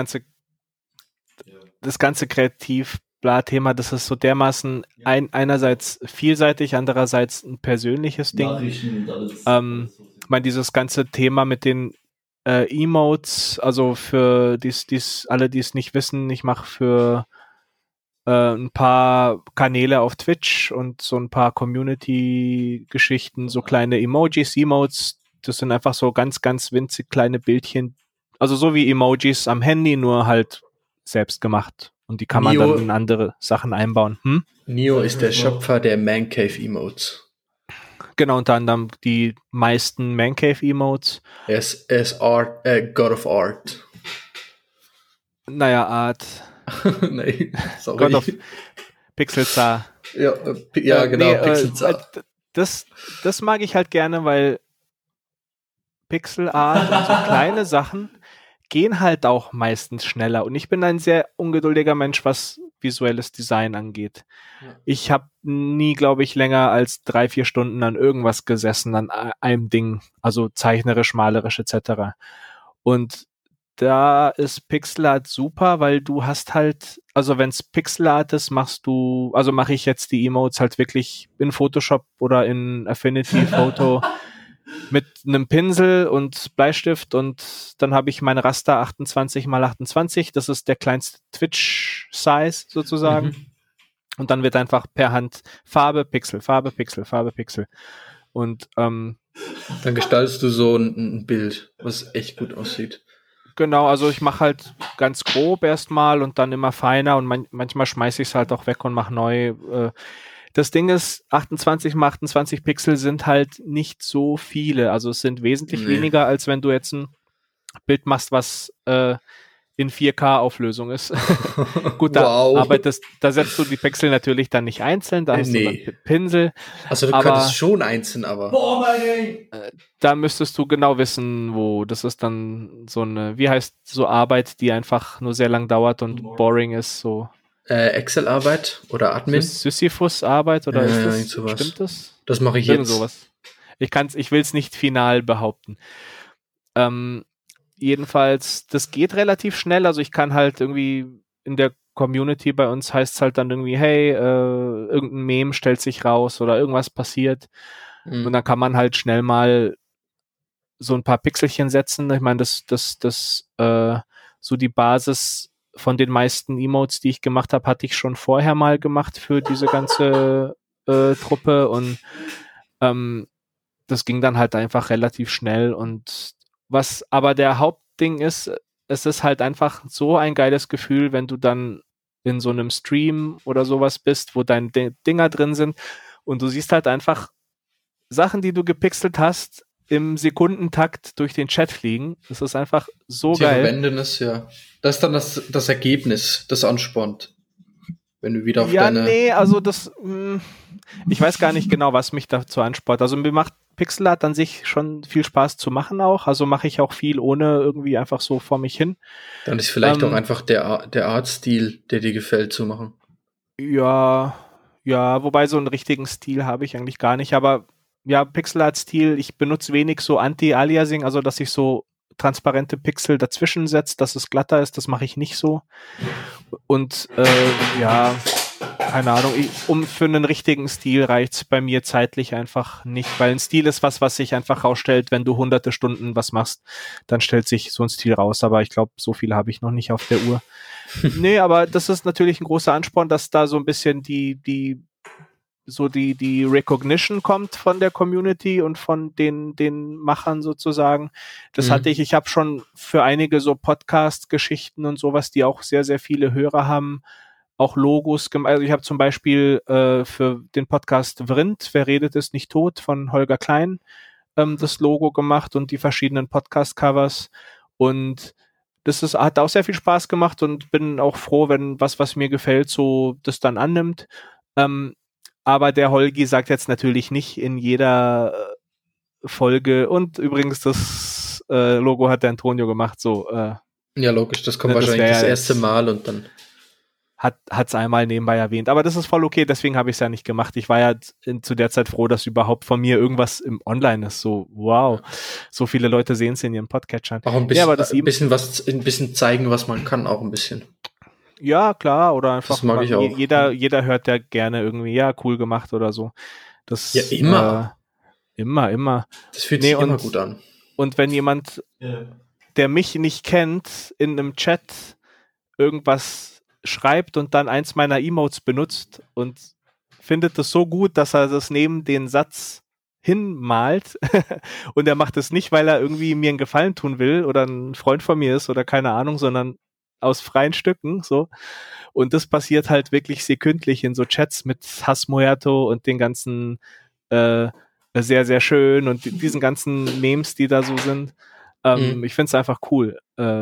ganze Kreativ-Thema, das ist so dermaßen einerseits vielseitig, andererseits ein persönliches Ding. Nachrichten und alles. Ich meine, dieses ganze Thema mit den Emotes, also für alle, die es nicht wissen, ich mache für ein paar Kanäle auf Twitch und so ein paar Community-Geschichten, so kleine Emotes, das sind einfach so ganz, ganz winzig kleine Bildchen, also so wie Emojis am Handy, nur halt selbst gemacht. Und die kann man dann in andere Sachen einbauen. Neo ist der Schöpfer der Mancave-Emotes. Genau, unter anderem die meisten Mancave-Emotes. Er ist God of Art. Naja, Art. Nein, sorry. God of Pixelzar. Ja, genau, nee, Pixelzar. Das mag ich halt gerne, weil Pixelart und so kleine Sachen gehen halt auch meistens schneller. Und ich bin ein sehr ungeduldiger Mensch, was visuelles Design angeht. Ja. Ich habe nie, glaube ich, länger als 3-4 Stunden an irgendwas gesessen, an einem Ding, also zeichnerisch, malerisch etc. Und da ist Pixelart super, weil du hast halt, also wenn es Pixelart ist, mache ich jetzt die Emotes halt wirklich in Photoshop oder in Affinity Photo mit einem Pinsel und Bleistift und dann habe ich mein Raster 28x28, das ist der kleinste Twitch-Size sozusagen. Und dann wird einfach per Hand Farbe, Pixel, Farbe, Pixel, Farbe, Pixel. Und dann gestaltest du so ein Bild, was echt gut aussieht. Genau, also ich mache halt ganz grob erstmal und dann immer feiner und manchmal schmeiße ich es halt auch weg und mache neu. Das Ding ist, 28 mal 28 Pixel sind halt nicht so viele. Also es sind wesentlich weniger, als wenn du jetzt ein Bild machst, was in 4K-Auflösung ist. Gut, aber da setzt du die Pixel natürlich dann nicht einzeln, da hast du dann Pinsel. Also du könntest schon einzeln, aber da müsstest du genau wissen, wo. Das ist dann so eine, wie heißt so Arbeit, die einfach nur sehr lang dauert und boring ist, so. Excel-Arbeit oder Admin? Sisyphus-Arbeit oder ist das, sowas. Stimmt das? Das mache ich jetzt. Sowas. Ich will es nicht final behaupten. Jedenfalls, das geht relativ schnell, also ich kann halt irgendwie in der Community bei uns heißt es halt dann irgendwie, hey, irgendein Meme stellt sich raus oder irgendwas passiert und dann kann man halt schnell mal so ein paar Pixelchen setzen. Ich meine, so die Basis von den meisten Emotes, die ich gemacht habe, hatte ich schon vorher mal gemacht für diese ganze Truppe und das ging dann halt einfach relativ schnell und was aber der Hauptding ist, es ist halt einfach so ein geiles Gefühl, wenn du dann in so einem Stream oder sowas bist, wo deine Dinger drin sind und du siehst halt einfach Sachen, die du gepixelt hast, im Sekundentakt durch den Chat fliegen. Das ist einfach so geil. Verwenden es, ja. Das ist dann das Ergebnis, das anspornt. Wenn du wieder auf also ich weiß gar nicht genau, was mich dazu anspornt. Also mir macht Pixelart an sich schon viel Spaß zu machen auch. Also mache ich auch viel ohne irgendwie einfach so vor mich hin. Dann ist vielleicht auch einfach der Artstil, der dir gefällt, zu machen. Ja, wobei so einen richtigen Stil habe ich eigentlich gar nicht. Aber ja, Pixelart-Stil, ich benutze wenig so Anti-Aliasing, also dass ich so transparente Pixel dazwischen setze, dass es glatter ist, das mache ich nicht so. Und keine Ahnung, für einen richtigen Stil reicht's bei mir zeitlich einfach nicht, weil ein Stil ist was sich einfach rausstellt, wenn du hunderte Stunden was machst, dann stellt sich so ein Stil raus, aber ich glaube, so viel habe ich noch nicht auf der Uhr. Nee, aber das ist natürlich ein großer Ansporn, dass da so ein bisschen die Recognition kommt von der Community und von den Machern sozusagen. Das hatte ich habe schon für einige so Podcast-Geschichten und sowas, die auch sehr, sehr viele Hörer haben, auch Logos gemacht. Also ich habe zum Beispiel für den Podcast Vrind, Wer redet ist nicht tot, von Holger Klein, das Logo gemacht und die verschiedenen Podcast-Covers und hat auch sehr viel Spaß gemacht und bin auch froh, wenn was mir gefällt, so das dann annimmt. Aber der Holgi sagt jetzt natürlich nicht in jeder Folge und übrigens das Logo hat der Antonio gemacht, so. Ja, logisch, das kommt wahrscheinlich das erste Mal und dann hat's einmal nebenbei erwähnt. Aber das ist voll okay, deswegen habe ich es ja nicht gemacht. Ich war ja zu der Zeit froh, dass überhaupt von mir irgendwas im Online ist. So, wow, so viele Leute sehen es in ihren Podcatchern. Auch ein bisschen, ein bisschen zeigen, was man kann, auch ein bisschen. Ja, klar, oder einfach das mag ich auch. Jeder hört ja gerne irgendwie, ja, cool gemacht oder so. Das, ja, immer. Immer. Das fühlt sich immer gut an. Und wenn jemand, der mich nicht kennt, in einem Chat irgendwas schreibt und dann eins meiner Emotes benutzt und findet es so gut, dass er das neben den Satz hinmalt und er macht es nicht, weil er irgendwie mir einen Gefallen tun will oder ein Freund von mir ist oder keine Ahnung, sondern aus freien Stücken, so. Und das passiert halt wirklich sekündlich in so Chats mit Hasmuerto und den ganzen sehr, sehr schön und diesen ganzen Memes, die da so sind. Ich finde es einfach cool.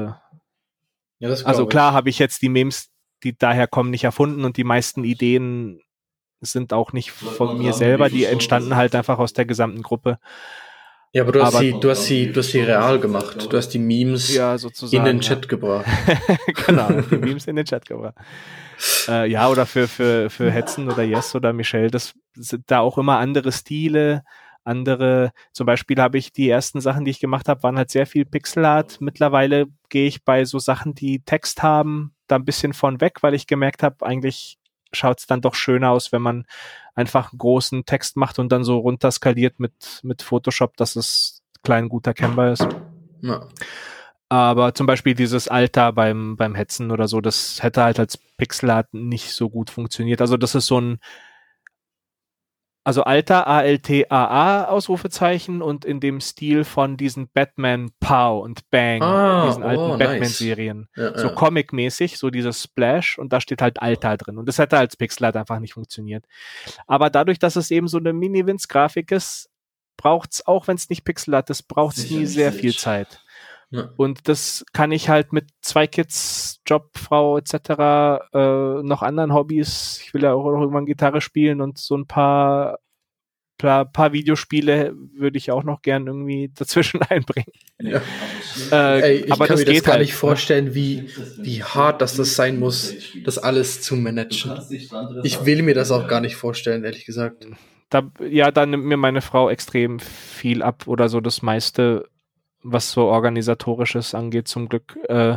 Also klar habe ich jetzt die Memes, die daher kommen, nicht erfunden und die meisten Ideen sind auch nicht von mir selber, die entstanden halt einfach aus der gesamten Gruppe. Ja, aber du hast sie real gemacht. Du hast die Memes in den Chat gebracht. Genau, die Memes in den Chat gebracht. Oder für Hetzen oder Yes oder Michelle, das sind da auch immer andere Stile, zum Beispiel habe ich die ersten Sachen, die ich gemacht habe, waren halt sehr viel Pixelart. Mittlerweile gehe ich bei so Sachen, die Text haben, da ein bisschen von weg, weil ich gemerkt habe, eigentlich schaut es dann doch schöner aus, wenn man einfach einen großen Text macht und dann so runterskaliert mit Photoshop, dass es klein gut erkennbar ist. Ja. Aber zum Beispiel dieses Alter beim Hetzen oder so, das hätte halt als Pixelart nicht so gut funktioniert. Also das ist so ein Also alter, ALTAA, Ausrufezeichen, und in dem Stil von diesen Batman Pow und Bang, diesen alten Batman-Serien. Ja, so comic-mäßig, so dieses Splash, und da steht halt Alter drin. Und das hätte als Pixelart einfach nicht funktioniert. Aber dadurch, dass es eben so eine Mini-Winz-Grafik ist, braucht's, auch wenn es nicht Pixelart ist, braucht's nie sehr viel Zeit. Ja. Und das kann ich halt mit 2 Kids, Job, Frau etc., noch anderen Hobbys. Ich will ja auch irgendwann Gitarre spielen und so ein paar Videospiele würde ich auch noch gern irgendwie dazwischen einbringen. Ja. Ich aber kann mir das gar halt nicht vorstellen, wie hart das sein muss, das alles zu managen. Ich will mir das auch gar nicht vorstellen, ehrlich gesagt. Da nimmt mir meine Frau extrem viel ab oder so das meiste, was so Organisatorisches angeht, zum Glück.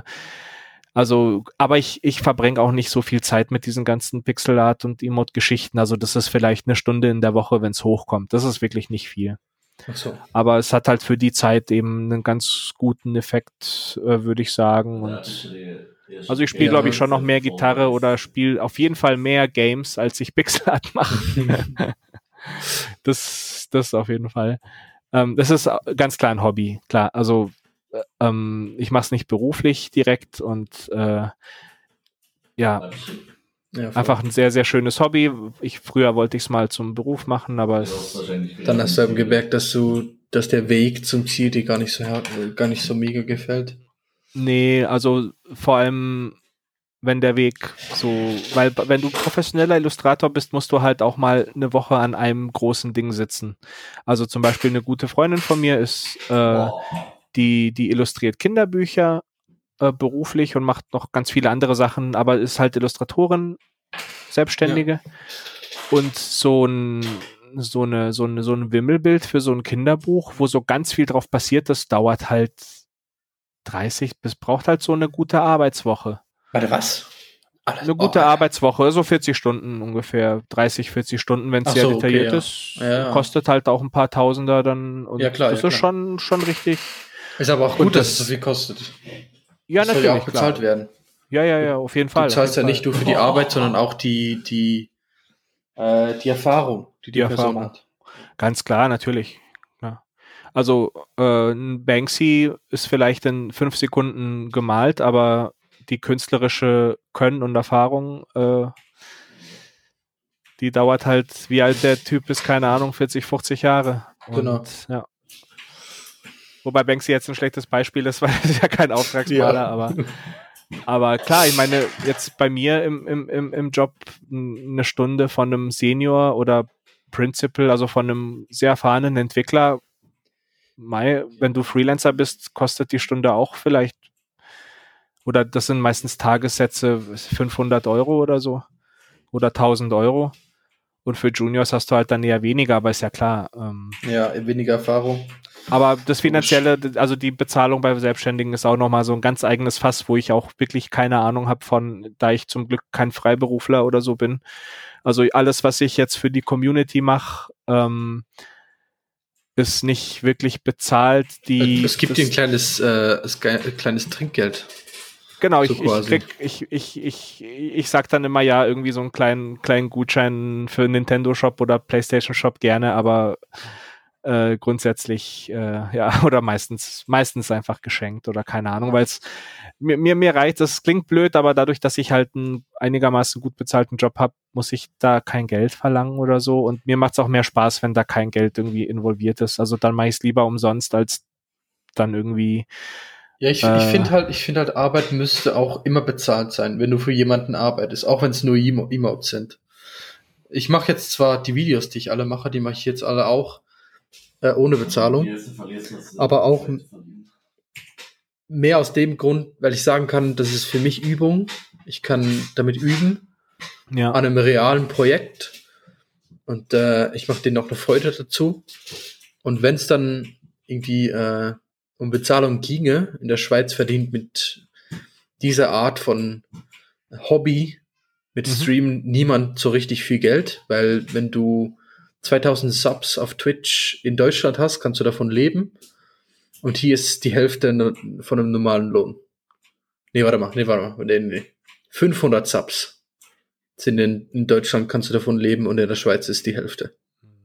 Aber ich verbringe auch nicht so viel Zeit mit diesen ganzen Pixelart und Emote-Geschichten. Also das ist vielleicht 1 Stunde in der Woche, wenn es hochkommt. Das ist wirklich nicht viel. Ach so. Aber es hat halt für die Zeit eben einen ganz guten Effekt, würde ich sagen. Und also ich spiele, glaube ich, schon noch mehr Gitarre oder spiele auf jeden Fall mehr Games, als ich Pixelart mache. Das auf jeden Fall. Das ist ganz klar ein Hobby, klar. Also ich mache es nicht beruflich direkt und einfach ein sehr, sehr schönes Hobby. Früher wollte ich es mal zum Beruf machen, aber dann hast du eben gemerkt, dass der Weg zum Ziel dir gar nicht so mega gefällt. Nee, also vor allem, wenn der Weg so, weil wenn du professioneller Illustrator bist, musst du halt auch mal eine Woche an einem großen Ding sitzen. Also zum Beispiel eine gute Freundin von mir ist die illustriert Kinderbücher beruflich und macht noch ganz viele andere Sachen, aber ist halt Illustratorin, Selbstständige. Ja. Und so ein Wimmelbild für so ein Kinderbuch, wo so ganz viel drauf passiert, das dauert halt braucht halt so eine gute Arbeitswoche. Warte, was? Eine gute Arbeitswoche, so 40 Stunden ungefähr, 30, 40 Stunden, wenn es sehr detailliert ist. Ja. Kostet halt auch ein paar Tausender dann. Und klar, das ist schon richtig. Ist aber auch gut, dass es so viel kostet. Ja, das natürlich. Soll ja auch bezahlt werden. Ja, auf jeden Fall. Du zahlst ja nicht nur für die Arbeit, sondern auch die Erfahrung, die Person hat. Ganz klar, natürlich. Ja. Also ein Banksy ist vielleicht in 5 Sekunden gemalt, aber die künstlerische Können und Erfahrung, die dauert halt, wie alt der Typ ist, keine Ahnung, 40, 50 Jahre. Und, genau. Ja. Wobei Banksy jetzt ein schlechtes Beispiel ist, weil er ist ja kein Auftragsmaler, aber klar, ich meine, jetzt bei mir im Job 1 Stunde von einem Senior oder Principal, also von einem sehr erfahrenen Entwickler, wenn du Freelancer bist, kostet die Stunde auch vielleicht, oder das sind meistens Tagessätze 500 Euro oder so oder 1000 Euro. Und für Juniors hast du halt dann eher weniger, aber ist ja klar. Weniger Erfahrung. Aber das Finanzielle, also die Bezahlung bei Selbstständigen ist auch nochmal so ein ganz eigenes Fass, wo ich auch wirklich keine Ahnung habe von, da ich zum Glück kein Freiberufler oder so bin. Also alles, was ich jetzt für die Community mache, ist nicht wirklich bezahlt. Es gibt dir ein kleines Trinkgeld. Genau, ich sag dann immer ja irgendwie so einen kleinen Gutschein für Nintendo Shop oder PlayStation Shop gerne, aber grundsätzlich oder meistens einfach geschenkt oder keine Ahnung, weil es mir reicht, das klingt blöd, aber dadurch, dass ich halt einen einigermaßen gut bezahlten Job habe, muss ich da kein Geld verlangen oder so, und mir macht es auch mehr Spaß, wenn da kein Geld irgendwie involviert ist, also dann mache ich es lieber umsonst, als dann irgendwie. Ja, ich finde halt, Arbeit müsste auch immer bezahlt sein, wenn du für jemanden arbeitest, auch wenn es nur Emotes sind. Ich mache jetzt zwar die Videos, die ich alle mache, die mache ich jetzt alle auch ohne Bezahlung, aber auch mehr aus dem Grund, weil ich sagen kann, das ist für mich Übung. Ich kann damit üben an einem realen Projekt, und ich mache denen auch eine Freude dazu. Und wenn es dann irgendwie um Bezahlung ginge, in der Schweiz verdient mit dieser Art von Hobby, mit Streamen, niemand so richtig viel Geld, weil wenn du 2000 Subs auf Twitch in Deutschland hast, kannst du davon leben. Und hier ist die Hälfte von einem normalen Lohn. Nee, warte mal. Nee. 500 Subs sind in Deutschland, kannst du davon leben, und in der Schweiz ist die Hälfte.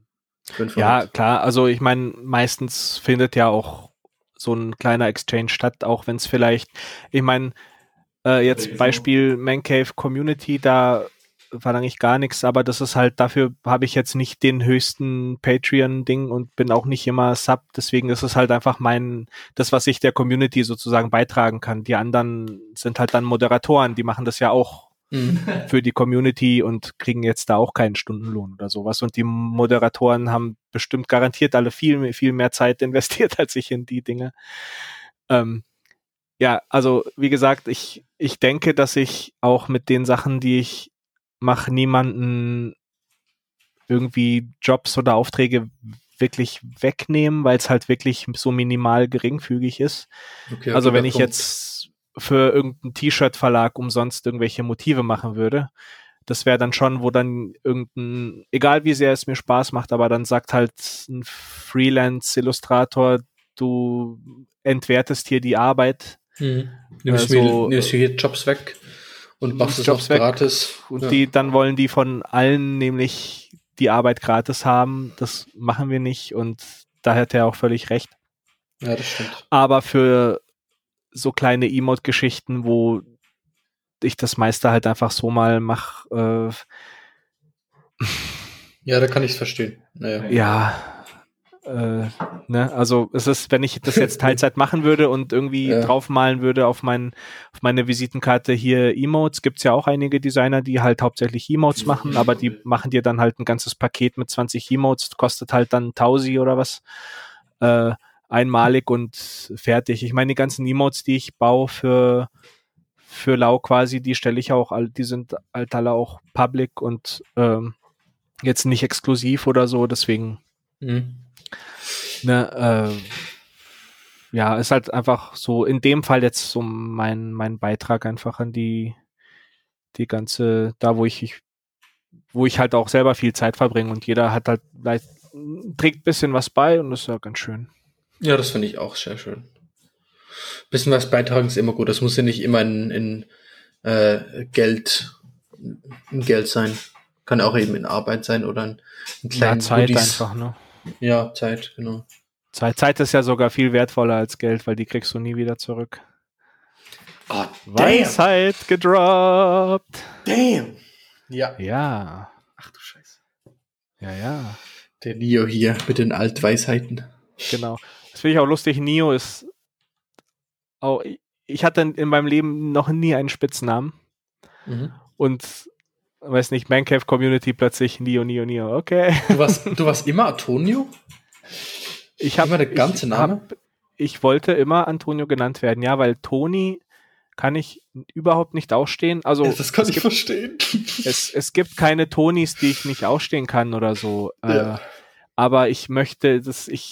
Ja, klar. Also ich meine, meistens findet ja auch so ein kleiner Exchange statt, auch wenn es vielleicht, ich meine, jetzt Beispiel Man Cave Community, da verlange ich gar nichts, aber das ist halt, dafür habe ich jetzt nicht den höchsten Patreon-Ding und bin auch nicht immer Sub, deswegen ist es halt einfach das, was ich der Community sozusagen beitragen kann. Die anderen sind halt dann Moderatoren, die machen das ja auch für die Community und kriegen jetzt da auch keinen Stundenlohn oder sowas. Und die Moderatoren haben bestimmt garantiert alle viel, viel mehr Zeit investiert als ich in die Dinge. Ja, also wie gesagt, ich denke, dass ich auch mit den Sachen, die ich mache, niemanden irgendwie Jobs oder Aufträge wirklich wegnehmen, weil es halt wirklich so minimal geringfügig ist. Okay, also wenn ich jetzt für irgendeinen T-Shirt-Verlag umsonst irgendwelche Motive machen würde, das wäre dann schon, wo dann egal wie sehr es mir Spaß macht, aber dann sagt halt ein Freelance-Illustrator, du entwertest hier die Arbeit. Nimmst mir hier Jobs weg und machst es noch gratis. Und dann wollen die von allen nämlich die Arbeit gratis haben. Das machen wir nicht und da hat er auch völlig recht. Ja, das stimmt. Aber für so kleine Emote-Geschichten, wo ich das meiste halt einfach so mal mache. Ja, da kann ich es verstehen. Naja. Ja. Ne? Also es ist, wenn ich das jetzt Teilzeit machen würde und irgendwie draufmalen würde auf meine Visitenkarte hier Emotes, gibt's ja auch einige Designer, die halt hauptsächlich Emotes machen, aber die machen dir dann halt ein ganzes Paket mit 20 Emotes, kostet halt dann 1000 oder was einmalig und fertig. Ich meine, die ganzen Emotes, die ich baue für Lau quasi, die stelle ich auch, die sind halt alle auch public und jetzt nicht exklusiv oder so, deswegen ja, ist halt einfach so, in dem Fall jetzt so mein Beitrag einfach an die ganze, da wo ich halt auch selber viel Zeit verbringe und jeder hat halt, trägt ein bisschen was bei und das ist ja ganz schön. Ja, das finde ich auch sehr schön. Bisschen was beitragen ist immer gut, das muss ja nicht immer in Geld sein. Kann auch eben in Arbeit sein oder in kleinen Zeit Goodies. Einfach, ne? Ja, Zeit, genau. Zeit ist ja sogar viel wertvoller als Geld, weil die kriegst du nie wieder zurück. Oh, Weisheit gedroppt. Damn. Ja. Ja. Ach du Scheiße. Ja. Der Nio hier mit den Altweisheiten. Genau. Das finde ich auch lustig. Nio ist auch, ich hatte in meinem Leben noch nie einen Spitznamen. Und weiß nicht, Man Cave Community plötzlich Nio, okay. Du warst immer Antonio? Immer der ganze Name? Ich wollte immer Antonio genannt werden, ja, weil Toni kann ich überhaupt nicht ausstehen. Also das kann ich verstehen. Es gibt keine Tonis, die ich nicht ausstehen kann oder so. Ja. Aber ich möchte,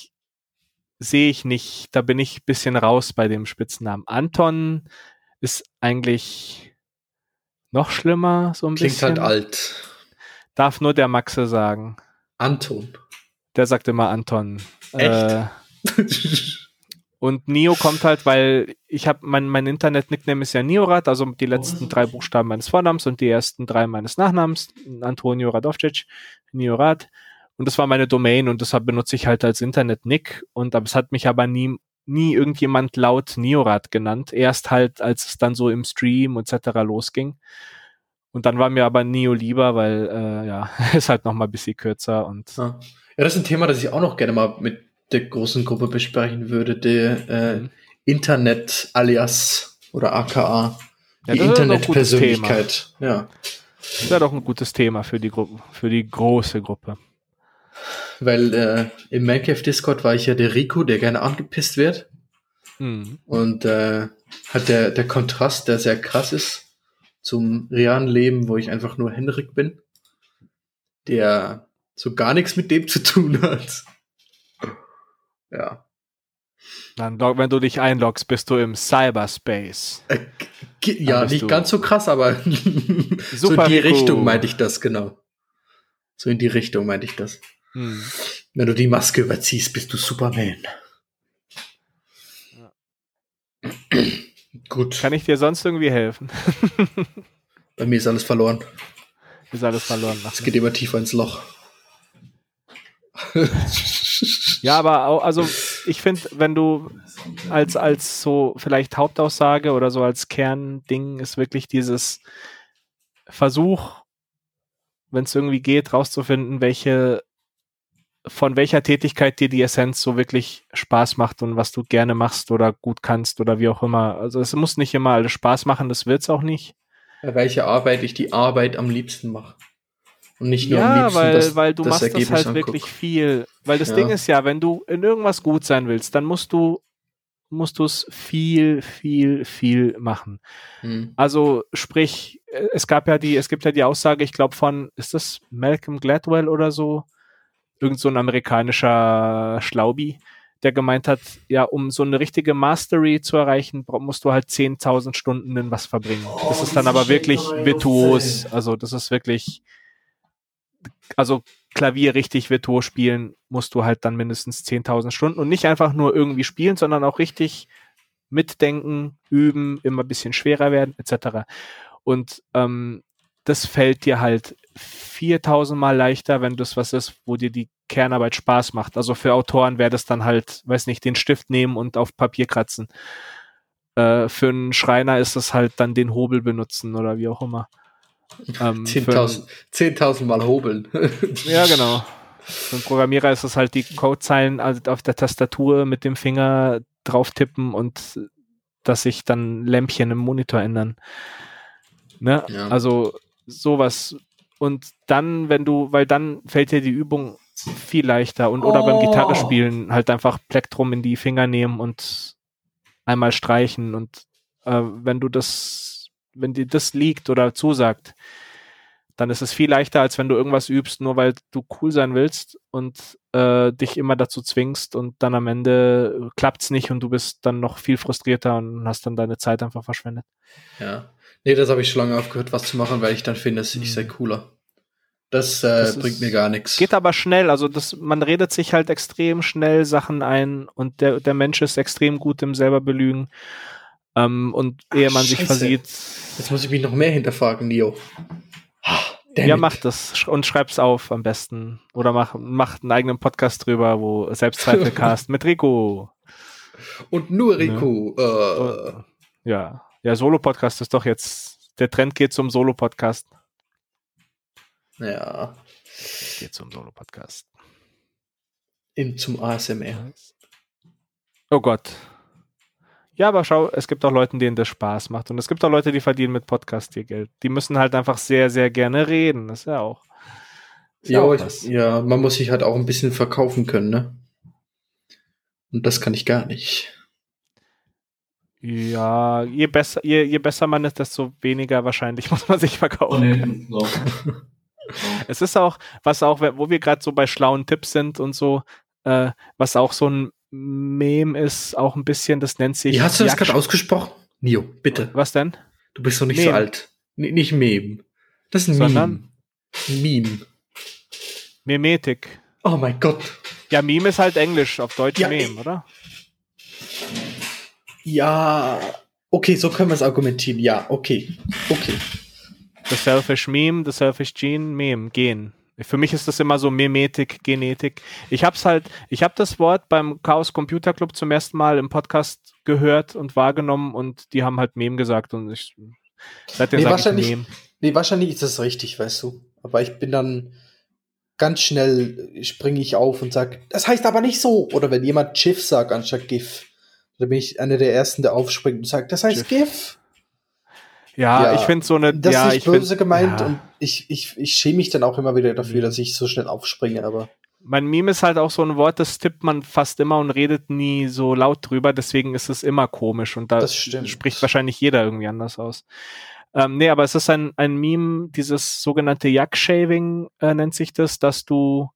sehe ich nicht, da bin ich ein bisschen raus bei dem Spitznamen. Anton ist eigentlich noch schlimmer, so ein Klingt bisschen. Klingt halt alt. Darf nur der Maxe sagen. Anton. Der sagt immer Anton. Echt? Und Nio kommt halt, weil ich habe, mein Internet-Nickname ist ja Niorad, also die letzten 3 Buchstaben meines Vornamens und die ersten 3 meines Nachnamens, Antonio Radovcic, Niorad. Und das war meine Domain und deshalb benutze ich halt als Internet-Nick. Aber es hat mich aber nie irgendjemand laut Niorad genannt. Erst halt, als es dann so im Stream etc. losging. Und dann war mir aber Nio lieber, weil ist halt noch mal ein bisschen kürzer. Und ja, das ist ein Thema, das ich auch noch gerne mal mit der großen Gruppe besprechen würde, der Internet-Alias oder aka, die Internetpersönlichkeit. Ja. Das wäre doch ein gutes Thema für die Gruppe, für die große Gruppe. Weil im Man Cave Discord war ich ja der Rico, der gerne angepisst wird. Und hat der Kontrast, der sehr krass ist zum realen Leben, wo ich einfach nur Henrik bin, der so gar nichts mit dem zu tun hat. Ja. Dann, wenn du dich einloggst, bist du im Cyberspace. Ja, nicht ganz so krass, aber so in die Richtung meinte ich das, genau. So in die Richtung meinte ich das. Wenn du die Maske überziehst, bist du Superman. Ja. Gut. Kann ich dir sonst irgendwie helfen? Bei mir ist alles verloren. Ist alles verloren. Es geht immer tiefer ins Loch. Ja, aber auch, also ich finde, wenn du als so vielleicht Hauptaussage oder so als Kernding ist wirklich dieses Versuch, wenn es irgendwie geht, rauszufinden, von welcher Tätigkeit dir die Essenz so wirklich Spaß macht und was du gerne machst oder gut kannst oder wie auch immer. Also es muss nicht immer alles Spaß machen, das wird's auch nicht. Welche Arbeit ich die Arbeit am liebsten mache. Und nicht nur am Ja, liebsten weil du das machst das Ergebnis halt anguck. wirklich viel. Weil das Ja. Ding ist ja, wenn du in irgendwas gut sein willst, dann musst du es viel, viel, viel machen. Also sprich, es gibt ja die Aussage, ich glaube ist das Malcolm Gladwell oder so? Irgend so ein amerikanischer Schlaubi, der gemeint hat, ja, um so eine richtige Mastery zu erreichen, musst du halt 10.000 Stunden in was verbringen. Das ist dann aber wirklich virtuos. Also das ist wirklich, also Klavier richtig virtuos spielen, musst du halt dann mindestens 10.000 Stunden und nicht einfach nur irgendwie spielen, sondern auch richtig mitdenken, üben, immer ein bisschen schwerer werden, etc. Und das fällt dir halt 4.000 Mal leichter, wenn das was ist, wo dir die Kernarbeit Spaß macht. Also für Autoren wäre das dann halt, weiß nicht, den Stift nehmen und auf Papier kratzen. Für einen Schreiner ist das halt dann den Hobel benutzen oder wie auch immer. 10.000 Mal hobeln. Ja, genau. Für einen Programmierer ist es halt die Codezeilen auf der Tastatur mit dem Finger drauf tippen und dass sich dann Lämpchen im Monitor ändern. Ne? Ja. Also sowas. Und dann, weil dann fällt dir die Übung viel leichter oder beim Gitarre spielen halt einfach Plektrum in die Finger nehmen und einmal streichen und wenn dir das liegt oder zusagt, dann ist es viel leichter, als wenn du irgendwas übst, nur weil du cool sein willst und dich immer dazu zwingst und dann am Ende klappt's nicht und du bist dann noch viel frustrierter und hast dann deine Zeit einfach verschwendet. Ja. Nee, das habe ich schon lange aufgehört, was zu machen, weil ich dann finde, ich sei cooler. Das bringt mir gar nichts. Geht aber schnell, also man redet sich halt extrem schnell Sachen ein und der Mensch ist extrem gut im selber belügen. Und ehe man sich versieht. Jetzt muss ich mich noch mehr hinterfragen, Nio. Ja, mach das und schreib's auf am besten. Oder mach einen eigenen Podcast drüber, wo Selbstzweifelcast mit Rico. Und nur Rico. Ne? Ja, Solo-Podcast ist doch jetzt, der Trend geht zum Solo-Podcast. Ja. Geht zum Solo-Podcast. Zum ASMR. Oh Gott. Ja, aber schau, es gibt auch Leute, denen das Spaß macht. Und es gibt auch Leute, die verdienen mit Podcast ihr Geld. Die müssen halt einfach sehr, sehr gerne reden. Das ist ja auch. Ja, man muss sich halt auch ein bisschen verkaufen können, ne? Und das kann ich gar nicht. Ja, je besser man ist, desto weniger wahrscheinlich muss man sich verkaufen. Es ist auch, wo wir gerade so bei schlauen Tipps sind und so, was auch so ein Meme ist, auch ein bisschen, das nennt sich. Wie hast du das gerade ausgesprochen? Nio, bitte. Was denn? Du bist doch nicht so alt. Nicht Meme. Das ist ein Meme. Memetik. Oh mein Gott. Ja, Meme ist halt Englisch, auf Deutsch ja, Meme, oder? Ja, okay, so können wir es argumentieren. Ja, okay. The Selfish Meme, The Selfish Gene, Meme, Gen. Für mich ist das immer so Memetik, Genetik. Ich habe das Wort beim Chaos Computer Club zum ersten Mal im Podcast gehört und wahrgenommen und die haben halt Meme gesagt und seitdem sage ich Meme. Nee, wahrscheinlich ist das richtig, weißt du. Aber ich bin dann ganz schnell, springe ich auf und sage, das heißt aber nicht so. Oder wenn jemand GIF sagt anstatt GIF, dann bin ich einer der Ersten, der aufspringt und sagt, das heißt GIF. Ja, ich finde so eine... Das ist nicht böse gemeint und ich schäme mich dann auch immer wieder dafür, dass ich so schnell aufspringe, aber... Mein Meme ist halt auch so ein Wort, das tippt man fast immer und redet nie so laut drüber, deswegen ist es immer komisch und da spricht wahrscheinlich jeder irgendwie anders aus. Nee, aber es ist ein Meme, dieses sogenannte Yuck-Shaving nennt sich das, dass du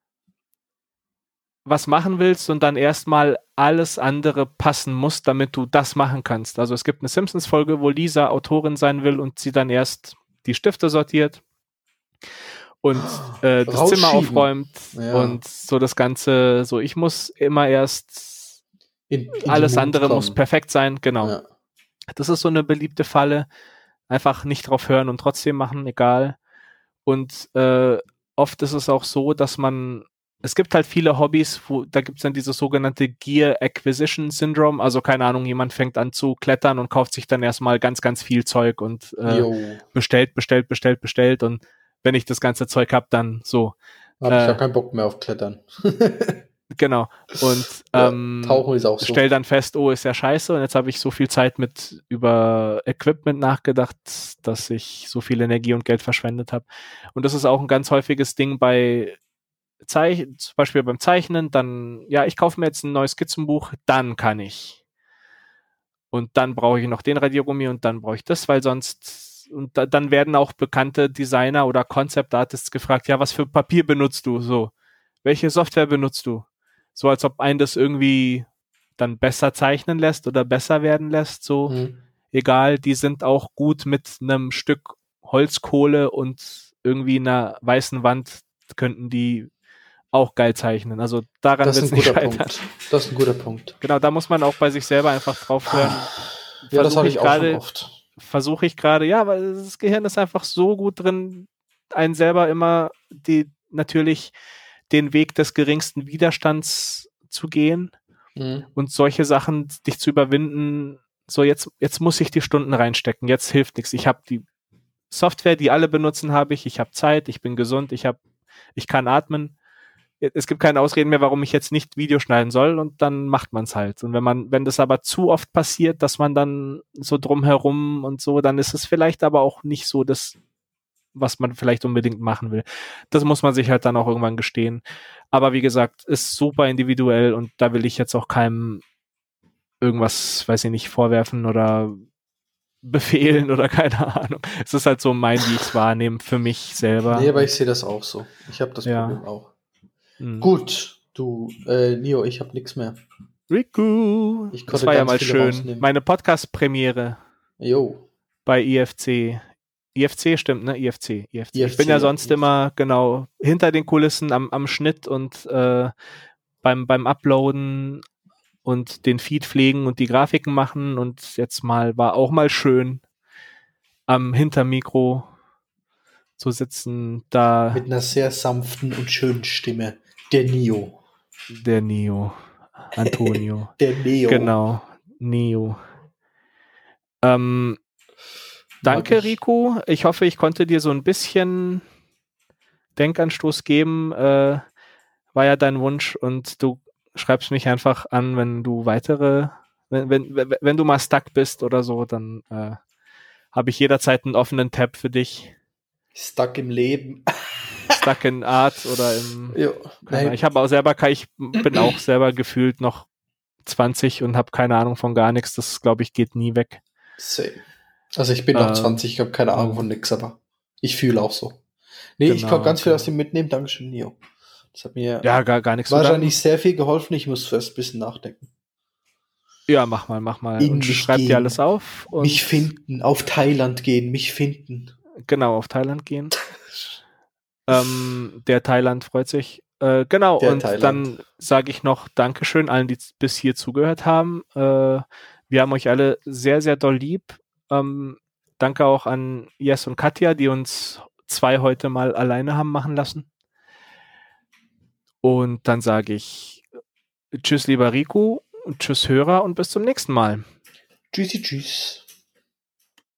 was machen willst und dann erstmal alles andere passen muss, damit du das machen kannst. Also es gibt eine Simpsons-Folge, wo Lisa Autorin sein will und sie dann erst die Stifte sortiert und das Zimmer aufräumt und so das Ganze, so ich muss immer erst alles andere muss perfekt sein, genau. Ja. Das ist so eine beliebte Falle. Einfach nicht drauf hören und trotzdem machen, egal. Und oft ist es auch so, dass man es gibt halt viele Hobbys, da gibt es dann dieses sogenannte Gear Acquisition Syndrome, also keine Ahnung, jemand fängt an zu klettern und kauft sich dann erstmal ganz, ganz viel Zeug und bestellt und wenn ich das ganze Zeug habe, dann so. Habe ich ja keinen Bock mehr auf Klettern. Genau. Und Tauchen ist auch so. Stell dann fest, oh, ist ja scheiße und jetzt habe ich so viel Zeit über Equipment nachgedacht, dass ich so viel Energie und Geld verschwendet habe. Und das ist auch ein ganz häufiges Ding zum Beispiel beim Zeichnen, dann, ja, ich kaufe mir jetzt ein neues Skizzenbuch, dann kann ich. Und dann brauche ich noch den Radiergummi und dann brauche ich das, weil sonst, und dann werden auch bekannte Designer oder Concept Artists gefragt, ja, was für Papier benutzt du? So, welche Software benutzt du? So, als ob einen das irgendwie dann besser zeichnen lässt oder besser werden lässt, so. Egal, die sind auch gut mit einem Stück Holzkohle und irgendwie einer weißen Wand könnten die auch geil zeichnen. Also daran wird es nicht scheitern. Das ist ein guter Punkt. Genau, da muss man auch bei sich selber einfach drauf hören. Ja, das habe ich auch schon oft. Versuche ich gerade, ja, weil das Gehirn ist einfach so gut drin, einen selber immer natürlich den Weg des geringsten Widerstands zu gehen und solche Sachen dich zu überwinden. So, jetzt muss ich die Stunden reinstecken, jetzt hilft nichts. Ich habe die Software, die alle benutzen, ich habe Zeit, ich bin gesund, ich kann atmen. Es gibt keine Ausreden mehr, warum ich jetzt nicht Video schneiden soll und dann macht man es halt. Und wenn das aber zu oft passiert, dass man dann so drumherum und so, dann ist es vielleicht aber auch nicht so das, was man vielleicht unbedingt machen will. Das muss man sich halt dann auch irgendwann gestehen. Aber wie gesagt, ist super individuell und da will ich jetzt auch keinem irgendwas, weiß ich nicht, vorwerfen oder befehlen oder keine Ahnung. Es ist halt so wie ich es wahrnehme für mich selber. Nee, aber ich sehe das auch so. Ich habe das Problem auch. Gut, du, Nio, ich habe nichts mehr. Riku! Das war ja mal schön. Rausnehmen. Meine Podcast-Premiere. Jo. Bei IFC. IFC stimmt, ne? IFC. Ich bin ja sonst immer, genau, hinter den Kulissen am Schnitt und beim Uploaden und den Feed pflegen und die Grafiken machen und jetzt war auch mal schön am Hintermikro zu sitzen, da. Mit einer sehr sanften und schönen Stimme. Der Nio. Antonio. Der Neo. Genau. Neo. Danke, Riku. Ich hoffe, ich konnte dir so ein bisschen Denkanstoß geben. War ja dein Wunsch und du schreibst mich einfach an, wenn du wenn du mal stuck bist oder so, dann habe ich jederzeit einen offenen Tab für dich. Stuck im Leben. Stuck in Art oder im. Jo, ich bin auch selber gefühlt noch 20 und habe keine Ahnung von gar nichts. Das, glaube ich, geht nie weg. Same. Also ich bin noch 20, ich habe keine Ahnung von nix, aber ich fühle auch so. Nee, genau, ich kann ganz viel aus dem mitnehmen. Dankeschön, Nio. Das hat mir gar nichts wahrscheinlich sehr viel geholfen. Ich muss zuerst ein bisschen nachdenken. Ja, mach mal. Und schreib dir alles auf. Und mich finden, auf Thailand gehen, mich finden. Genau, auf Thailand gehen. Der Thailand freut sich. Genau, und dann sage ich noch Dankeschön allen, die bis hier zugehört haben. Wir haben euch alle sehr, sehr doll lieb. Danke auch an Jess und Katja, die uns 2 heute mal alleine haben machen lassen. Und dann sage ich tschüss, lieber Riku, und tschüss, Hörer, und bis zum nächsten Mal. Tschüssi, tschüss.